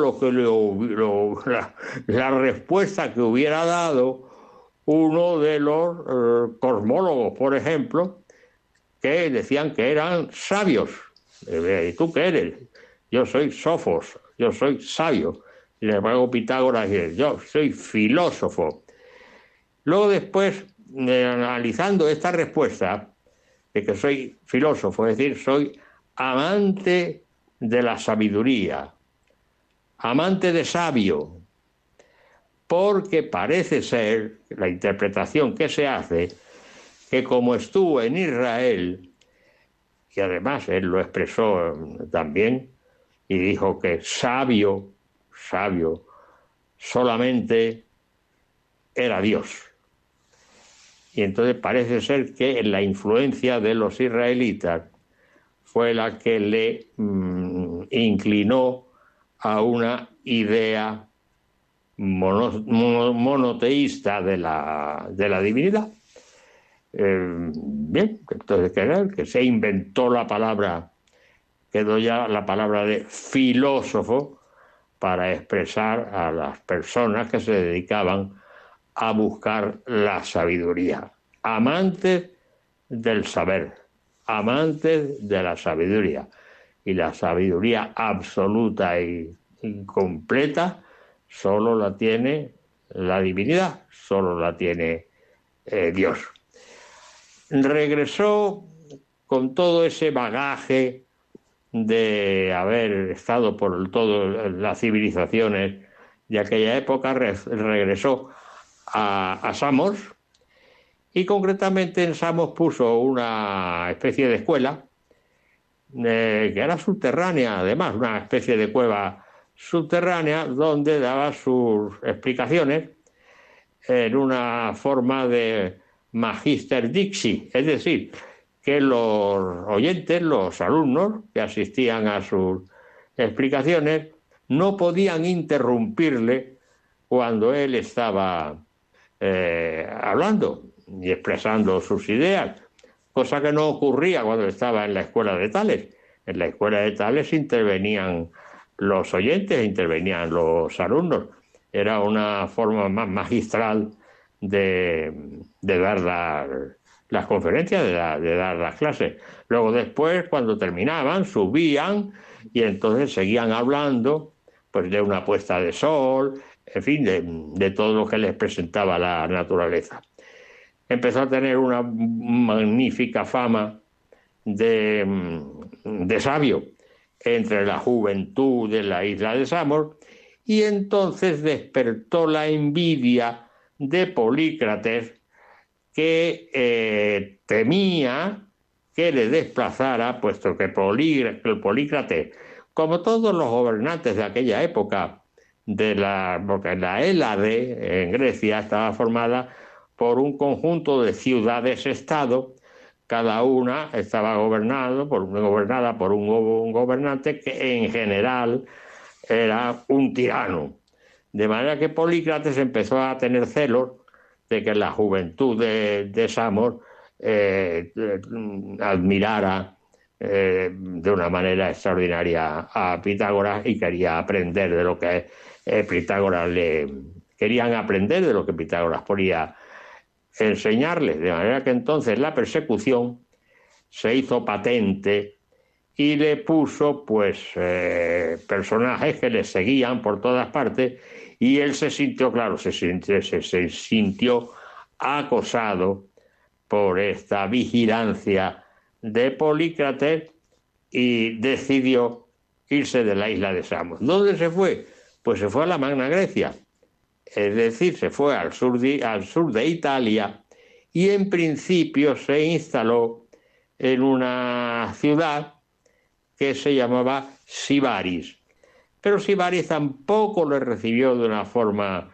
la respuesta que hubiera dado uno de los cosmólogos, por ejemplo, que decían que eran sabios. ¿Y tú qué eres? Yo soy sofos, yo soy sabio. Sin embargo, Pitágoras dice: yo soy filósofo. Luego después, analizando esta respuesta de que soy filósofo, es decir, soy amante de la sabiduría, amante de sabio, porque parece ser, la interpretación que se hace, que como estuvo en Israel, y además él lo expresó también, y dijo que sabio solamente era Dios. Y entonces parece ser que la influencia de los israelitas fue la que le inclinó a una idea monoteísta de la divinidad. Bien, entonces que se inventó la palabra, quedó ya la palabra de filósofo para expresar a las personas que se dedicaban a buscar la sabiduría, amantes del saber, amantes de la sabiduría, y la sabiduría absoluta y completa solo la tiene la divinidad, solo la tiene Dios. Regresó con todo ese bagaje de haber estado por todas las civilizaciones de aquella época, regresó a Samos, y concretamente en Samos puso una especie de escuela que era subterránea, además, una especie de cueva subterránea donde daba sus explicaciones en una forma de magister dixi, es decir, que los oyentes, los alumnos que asistían a sus explicaciones, no podían interrumpirle cuando él estaba hablando y expresando sus ideas, cosa que no ocurría cuando estaba en la escuela de Tales. En la escuela de Tales intervenían los oyentes, intervenían los alumnos. Era una forma más magistral de dar las conferencias, de dar las clases. Luego después, cuando terminaban, subían y entonces seguían hablando pues de una puesta de sol, en fin, de todo lo que les presentaba la naturaleza. Empezó a tener una magnífica fama de sabio entre la juventud de la isla de Samos, y entonces despertó la envidia de Polícrates, que temía que le desplazara, puesto que Polícrates, como todos los gobernantes de aquella época, porque la Hélade en Grecia estaba formada por un conjunto de ciudades-estado, cada una estaba gobernada por un gobernante que en general era un tirano. De manera que Polícrates empezó a tener celos de que la juventud de Samos admirara de una manera extraordinaria a Pitágoras y quería aprender de lo que querían aprender de lo que Pitágoras podía enseñarles, de manera que entonces la persecución se hizo patente y le puso personajes que le seguían por todas partes, y él se sintió acosado por esta vigilancia de Polícrates y decidió irse de la isla de Samos. ¿Dónde se fue? Pues se fue a la Magna Grecia. Es decir, se fue al sur de Italia y en principio se instaló en una ciudad que se llamaba Sibaris. Pero Sibaris tampoco le recibió de una forma,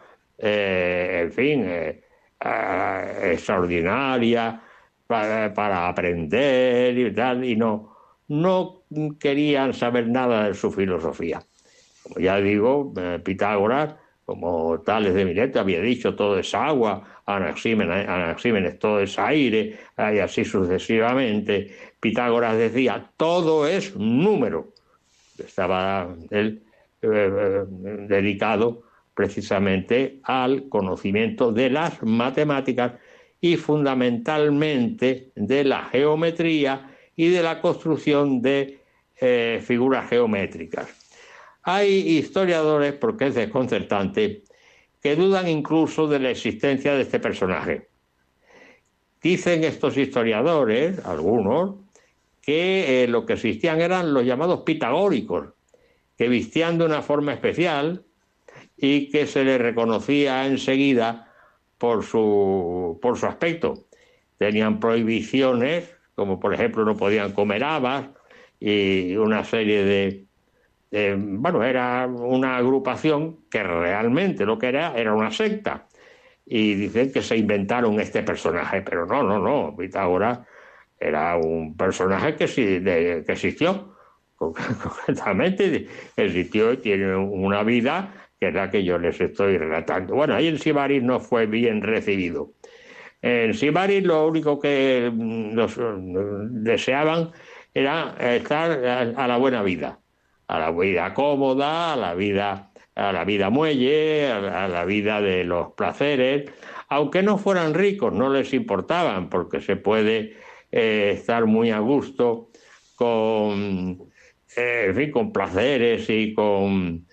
extraordinaria para aprender y tal, y no querían saber nada de su filosofía. Como ya digo, Pitágoras, como Tales de Mileto había dicho, todo es agua, Anaxímenes todo es aire, y así sucesivamente. Pitágoras decía, todo es número. Estaba él dedicado precisamente al conocimiento de las matemáticas y fundamentalmente de la geometría y de la construcción de figuras geométricas. Hay historiadores, porque es desconcertante, que dudan incluso de la existencia de este personaje. Dicen estos historiadores, algunos, que lo que existían eran los llamados pitagóricos, que vestían de una forma especial y que se les reconocía enseguida por su aspecto. Tenían prohibiciones, como por ejemplo no podían comer habas, y una serie de era una agrupación que realmente lo que era una secta. Y dicen que se inventaron este personaje, pero no. Pitágoras era un personaje que existió, concretamente existió y tiene una vida que es la que yo les estoy relatando. Bueno, ahí en Sibaris no fue bien recibido. En Sibaris lo único que los deseaban era estar a la buena vida, a la vida cómoda, a la vida muelle, a la vida de los placeres, aunque no fueran ricos, no les importaban, porque se puede estar muy a gusto con placeres y con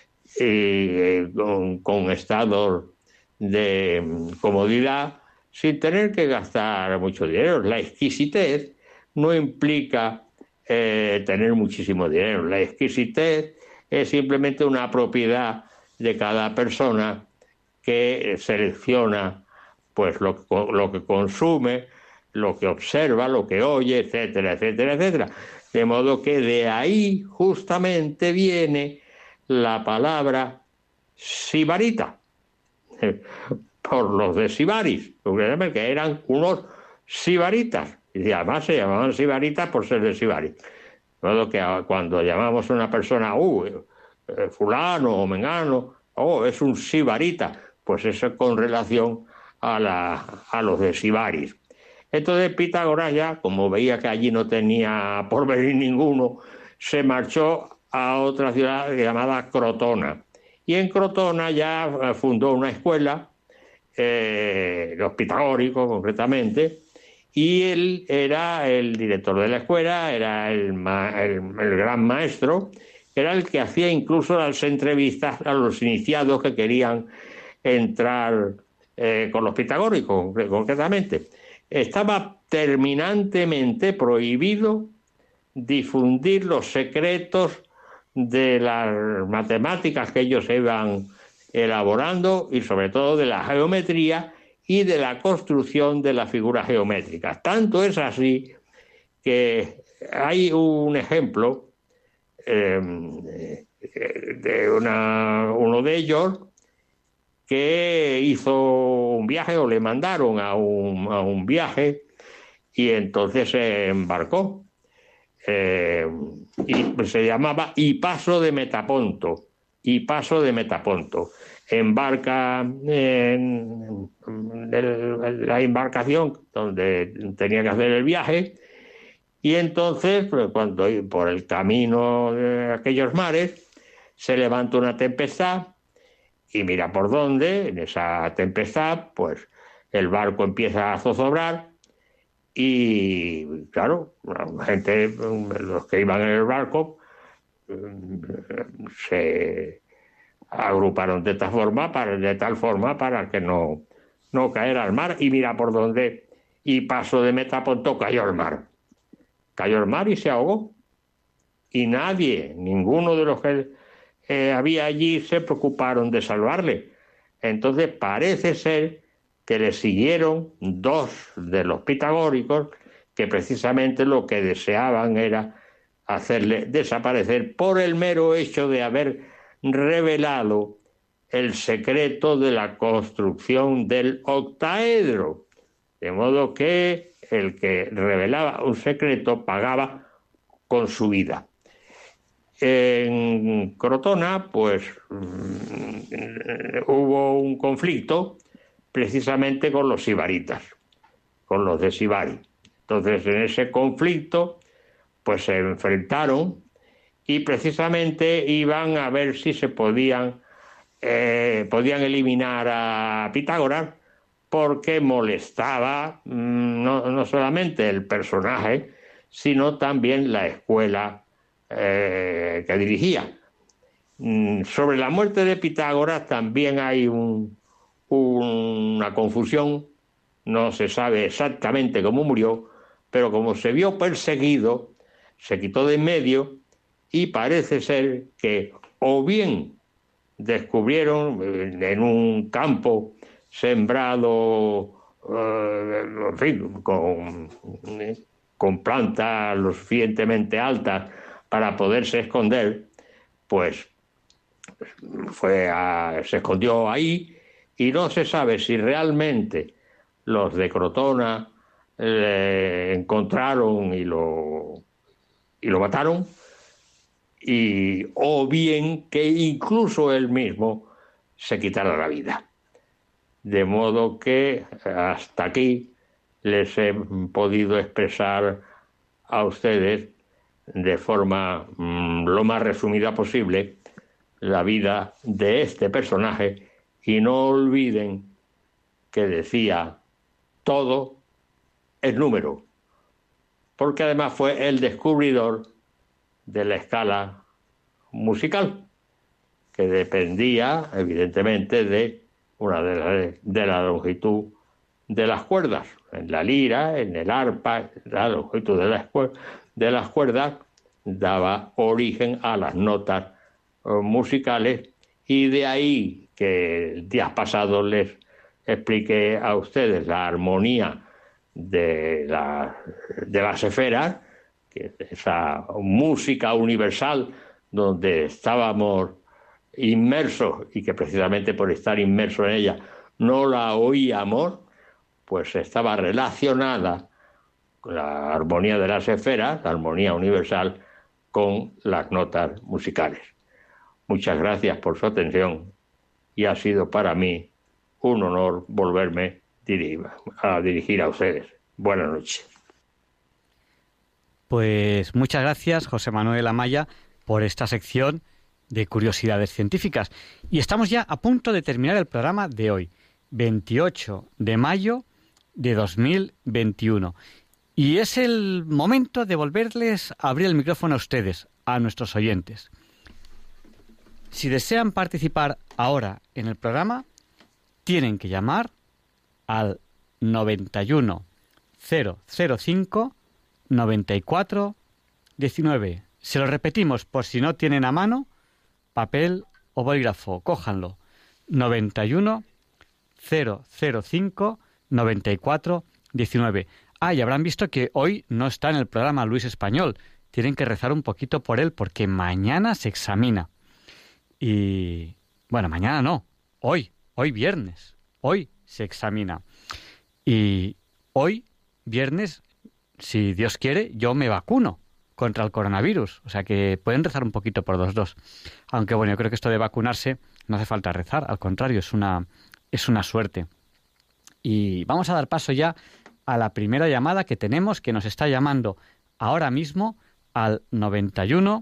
estados de comodidad sin tener que gastar mucho dinero. La exquisitez no implica tener muchísimo dinero. La exquisitez es simplemente una propiedad de cada persona que selecciona pues lo que consume, lo que observa, lo que oye, etcétera, etcétera, etcétera. De modo que de ahí justamente viene la palabra sibarita, por los de Sibaris, que eran unos sibaritas. Y además se llamaban sibaritas por ser de Sibaris. De modo que cuando llamamos a una persona, fulano o mengano, es un sibarita, pues eso con relación a los de Sibaris. Entonces Pitágoras ya, como veía que allí no tenía porvenir ninguno, se marchó a otra ciudad llamada Crotona. Y en Crotona ya fundó una escuela, los pitagóricos concretamente, y él era el director de la escuela, era el gran maestro, era el que hacía incluso las entrevistas a los iniciados que querían entrar con los pitagóricos, concretamente. Estaba terminantemente prohibido difundir los secretos de las matemáticas que ellos iban elaborando y sobre todo de la geometría y de la construcción de las figuras geométricas. Tanto es así que hay un ejemplo de uno de ellos que hizo un viaje o le mandaron a un viaje y entonces se embarcó. Y se llamaba Paso de Metaponto. Embarca en la embarcación donde tenía que hacer el viaje y entonces, pues, cuando por el camino de aquellos mares se levanta una tempestad y mira por dónde, en esa tempestad, pues el barco empieza a zozobrar y, claro, la gente, los que iban en el barco, se agruparon de tal forma para que no caer al mar y mira por dónde y Paso de Metaponto cayó al mar y se ahogó y ninguno de los que había allí se preocuparon de salvarle. Entonces parece ser que le siguieron dos de los pitagóricos que precisamente lo que deseaban era hacerle desaparecer por el mero hecho de haber revelado el secreto de la construcción del octaedro. De modo que el que revelaba un secreto pagaba con su vida. En Crotona, pues, hubo un conflicto precisamente con los sibaritas, con los de Sibari. Entonces, en ese conflicto, pues se enfrentaron y precisamente iban a ver si se podían eliminar a Pitágoras, porque molestaba no solamente el personaje, sino también la escuela que dirigía. Sobre la muerte de Pitágoras también hay una confusión, no se sabe exactamente cómo murió, pero como se vio perseguido, se quitó de en medio y parece ser que o bien descubrieron en un campo sembrado, en fin, con plantas lo suficientemente altas para poderse esconder, pues se escondió ahí y no se sabe si realmente los de Crotona encontraron y lo mataron, o bien que incluso él mismo se quitara la vida. De modo que hasta aquí les he podido expresar a ustedes de forma lo más resumida posible la vida de este personaje, y no olviden que decía todo es número, porque además fue el descubridor de la escala musical, que dependía evidentemente de la longitud de las cuerdas. En la lira, en el arpa, la longitud de las cuerdas daba origen a las notas musicales, y de ahí que el día pasado les expliqué a ustedes la armonía de las esferas, que es esa música universal donde estábamos inmersos y que precisamente por estar inmersos en ella no la oíamos, pues estaba relacionada con la armonía de las esferas, la armonía universal, con las notas musicales. Muchas gracias por su atención y ha sido para mí un honor volverme a dirigir a ustedes. Buenas noches. Pues muchas gracias, José Manuel Amaya, por esta sección de curiosidades científicas. Y estamos ya a punto de terminar el programa de hoy, 28 de mayo de 2021. Y es el momento de volverles a abrir el micrófono a ustedes, a nuestros oyentes. Si desean participar ahora en el programa, tienen que llamar al 91 005 94 19. Se lo repetimos por si no tienen a mano papel o bolígrafo. Cójanlo. 91 005 94 19. Y habrán visto que hoy no está en el programa Luis Español. Tienen que rezar un poquito por él porque mañana se examina. Y, bueno, mañana no, hoy viernes, hoy se examina. Y hoy, viernes, si Dios quiere, yo me vacuno contra el coronavirus. O sea que pueden rezar un poquito por los dos. Aunque bueno, yo creo que esto de vacunarse no hace falta rezar, al contrario, es una suerte. Y vamos a dar paso ya a la primera llamada que tenemos, que nos está llamando ahora mismo al 91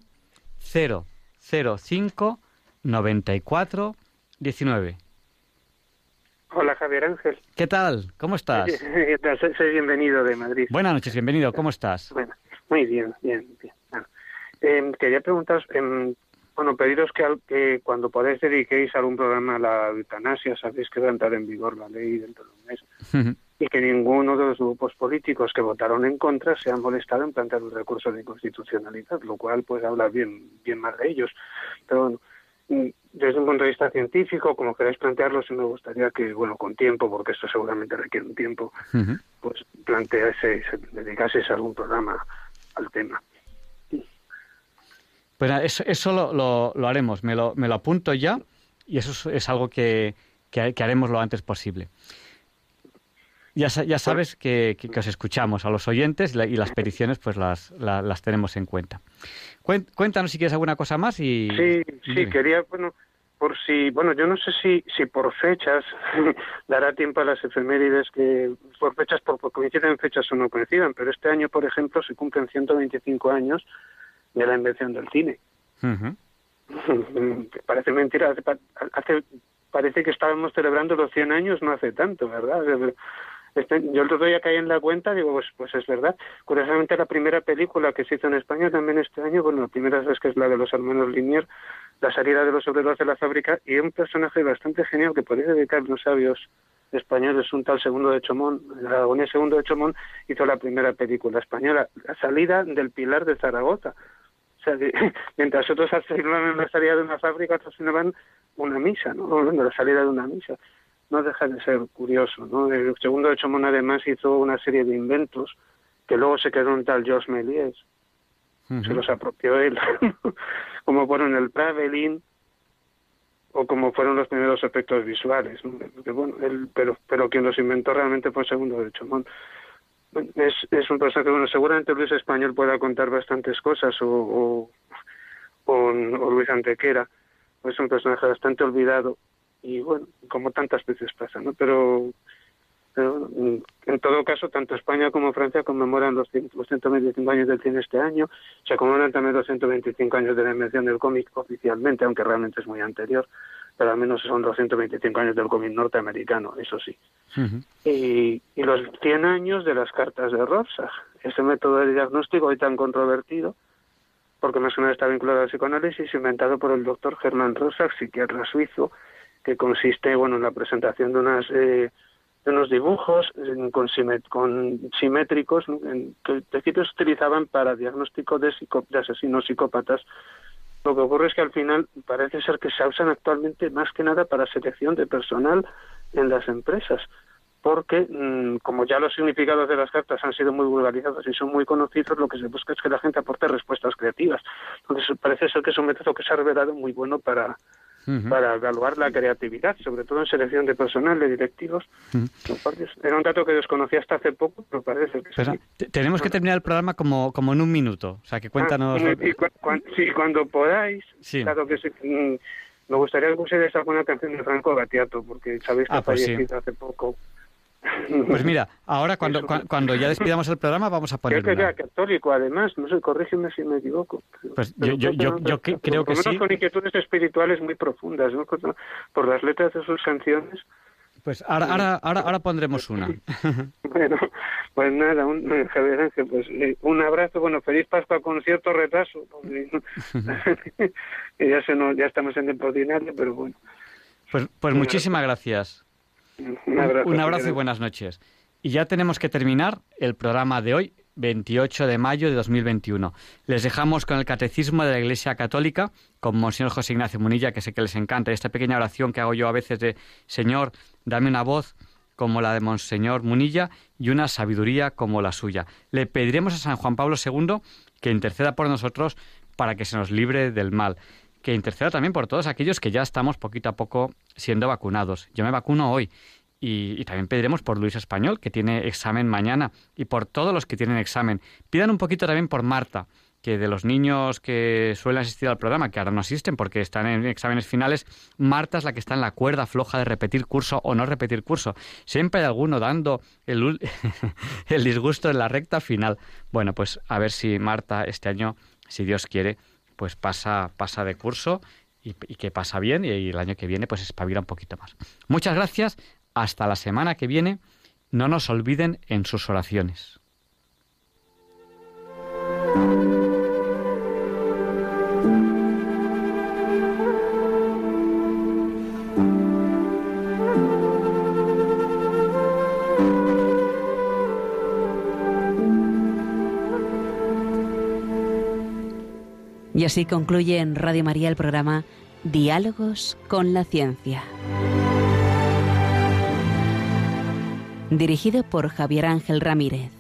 005 94 19. Hola, Javier Ángel. ¿Qué tal? ¿Cómo estás? Soy bienvenido de Madrid. Buenas noches, bienvenido. ¿Cómo estás? Bueno, muy bien. Quería preguntaros, pediros que cuando podáis dediquéis algún programa a la eutanasia, sabéis que va a entrar en vigor la ley dentro de un mes, y que ninguno de los grupos políticos que votaron en contra se han molestado en plantear un recurso de inconstitucionalidad, lo cual pues habla bien más de ellos. Pero bueno, desde un punto de vista científico, como queráis plantearlo, sí me gustaría que, con tiempo, porque esto seguramente requiere un tiempo, pues dedicaseis algún programa al tema. Pues eso lo haremos, me lo apunto ya, y eso es algo que haremos lo antes posible. Ya sabes que os escuchamos a los oyentes y las peticiones pues las tenemos en cuenta. Cuéntanos si quieres alguna cosa más y... Sí, quería, por si... yo no sé si por fechas dará tiempo a las efemérides, que por fechas, por coinciden fechas o no coincidan, pero este año, por ejemplo, se cumplen 125 años de la invención del cine. Parece mentira, parece que estábamos celebrando los 100 años no hace tanto, ¿verdad? Yo el otro día caí en la cuenta, digo, pues es verdad. Curiosamente, la primera película que se hizo en España también este año, la primera vez que es la de los hermanos Lumière, la salida de los obreros de la fábrica, y un personaje bastante genial que podéis dedicar los sabios españoles, un tal Segundo de Chomón, el aragonés Segundo de Chomón, hizo la primera película española, la salida del Pilar de Zaragoza. O sea, mientras otros filmaban la salida de una fábrica, otros filmaban una misa, ¿no? La salida de una misa. No deja de ser curioso, ¿no? El Segundo de Chomón además hizo una serie de inventos que luego se quedó un tal Georges Méliès. Se los apropió él, como fueron el traveling o como fueron los primeros efectos visuales, ¿no? Pero quien los inventó realmente fue Segundo de Chomón. Es un personaje, seguramente Luis Español pueda contar bastantes cosas, o Luis Antequera, es un personaje bastante olvidado, y como tantas veces pasa, ¿no? Pero en todo caso, tanto España como Francia conmemoran los 125 años del cine este año. Se conmemoran también los 125 años de la invención del cómic oficialmente, aunque realmente es muy anterior, pero al menos son los 125 años del cómic norteamericano, eso sí. Y los 100 años de las cartas de Rorschach, ese método de diagnóstico hoy tan controvertido, porque más o menos está vinculado al psicoanálisis, inventado por el doctor Hermann Rorschach, psiquiatra suizo, que consiste en la presentación de unos dibujos simétricos, ¿no? Que en principio se utilizaban para diagnóstico de asesinos psicópatas. Lo que ocurre es que al final parece ser que se usan actualmente más que nada para selección de personal en las empresas, porque como ya los significados de las cartas han sido muy vulgarizados y son muy conocidos, lo que se busca es que la gente aporte respuestas creativas. Entonces parece ser que es un método que se ha revelado muy bueno para evaluar la creatividad, sobre todo en selección de personal, de directivos. Era un dato que desconocía hasta hace poco, pero parece que sí. Tenemos que terminar el programa como en un minuto, o sea que cuéntanos... Cuando podáis, sí. Claro que sí. Me gustaría que pusierais alguna canción de Franco Battiato, porque sabéis que ha fallecido hace poco. Pues mira, ahora cuando ya despidamos el programa vamos a poner creo que era católico, además, no sé, corrígeme si me equivoco. Pues yo creo que sí. Con inquietudes espirituales muy profundas, ¿no? Por las letras de sus canciones. Pues ahora pondremos una. Bueno, pues nada, Javier Ángel, pues un abrazo, feliz Pascua con cierto retraso, ya estamos en tiempo ordinario, pero bueno. Pues muchísimas gracias. Un abrazo y buenas noches. Y ya tenemos que terminar el programa de hoy, 28 de mayo de 2021. Les dejamos con el Catecismo de la Iglesia Católica, con Monseñor José Ignacio Munilla, que sé que les encanta. Esta pequeña oración que hago yo a veces de Señor, dame una voz como la de Monseñor Munilla y una sabiduría como la suya. Le pediremos a San Juan Pablo II que interceda por nosotros para que se nos libre del mal. que interceda también por todos aquellos que ya estamos poquito a poco siendo vacunados. Yo me vacuno hoy y también pediremos por Luis Español, que tiene examen mañana, y por todos los que tienen examen. Pidan un poquito también por Marta, que de los niños que suelen asistir al programa, que ahora no asisten porque están en exámenes finales, Marta es la que está en la cuerda floja de repetir curso o no repetir curso. Siempre hay alguno dando el disgusto en la recta final. Bueno, pues a ver si Marta este año, si Dios quiere, pues pasa de curso y que pasa bien, y el año que viene pues espabila un poquito más. Muchas gracias, hasta la semana que viene. No nos olviden en sus oraciones. Y así concluye en Radio María el programa Diálogos con la Ciencia, dirigido por Javier Ángel Ramírez.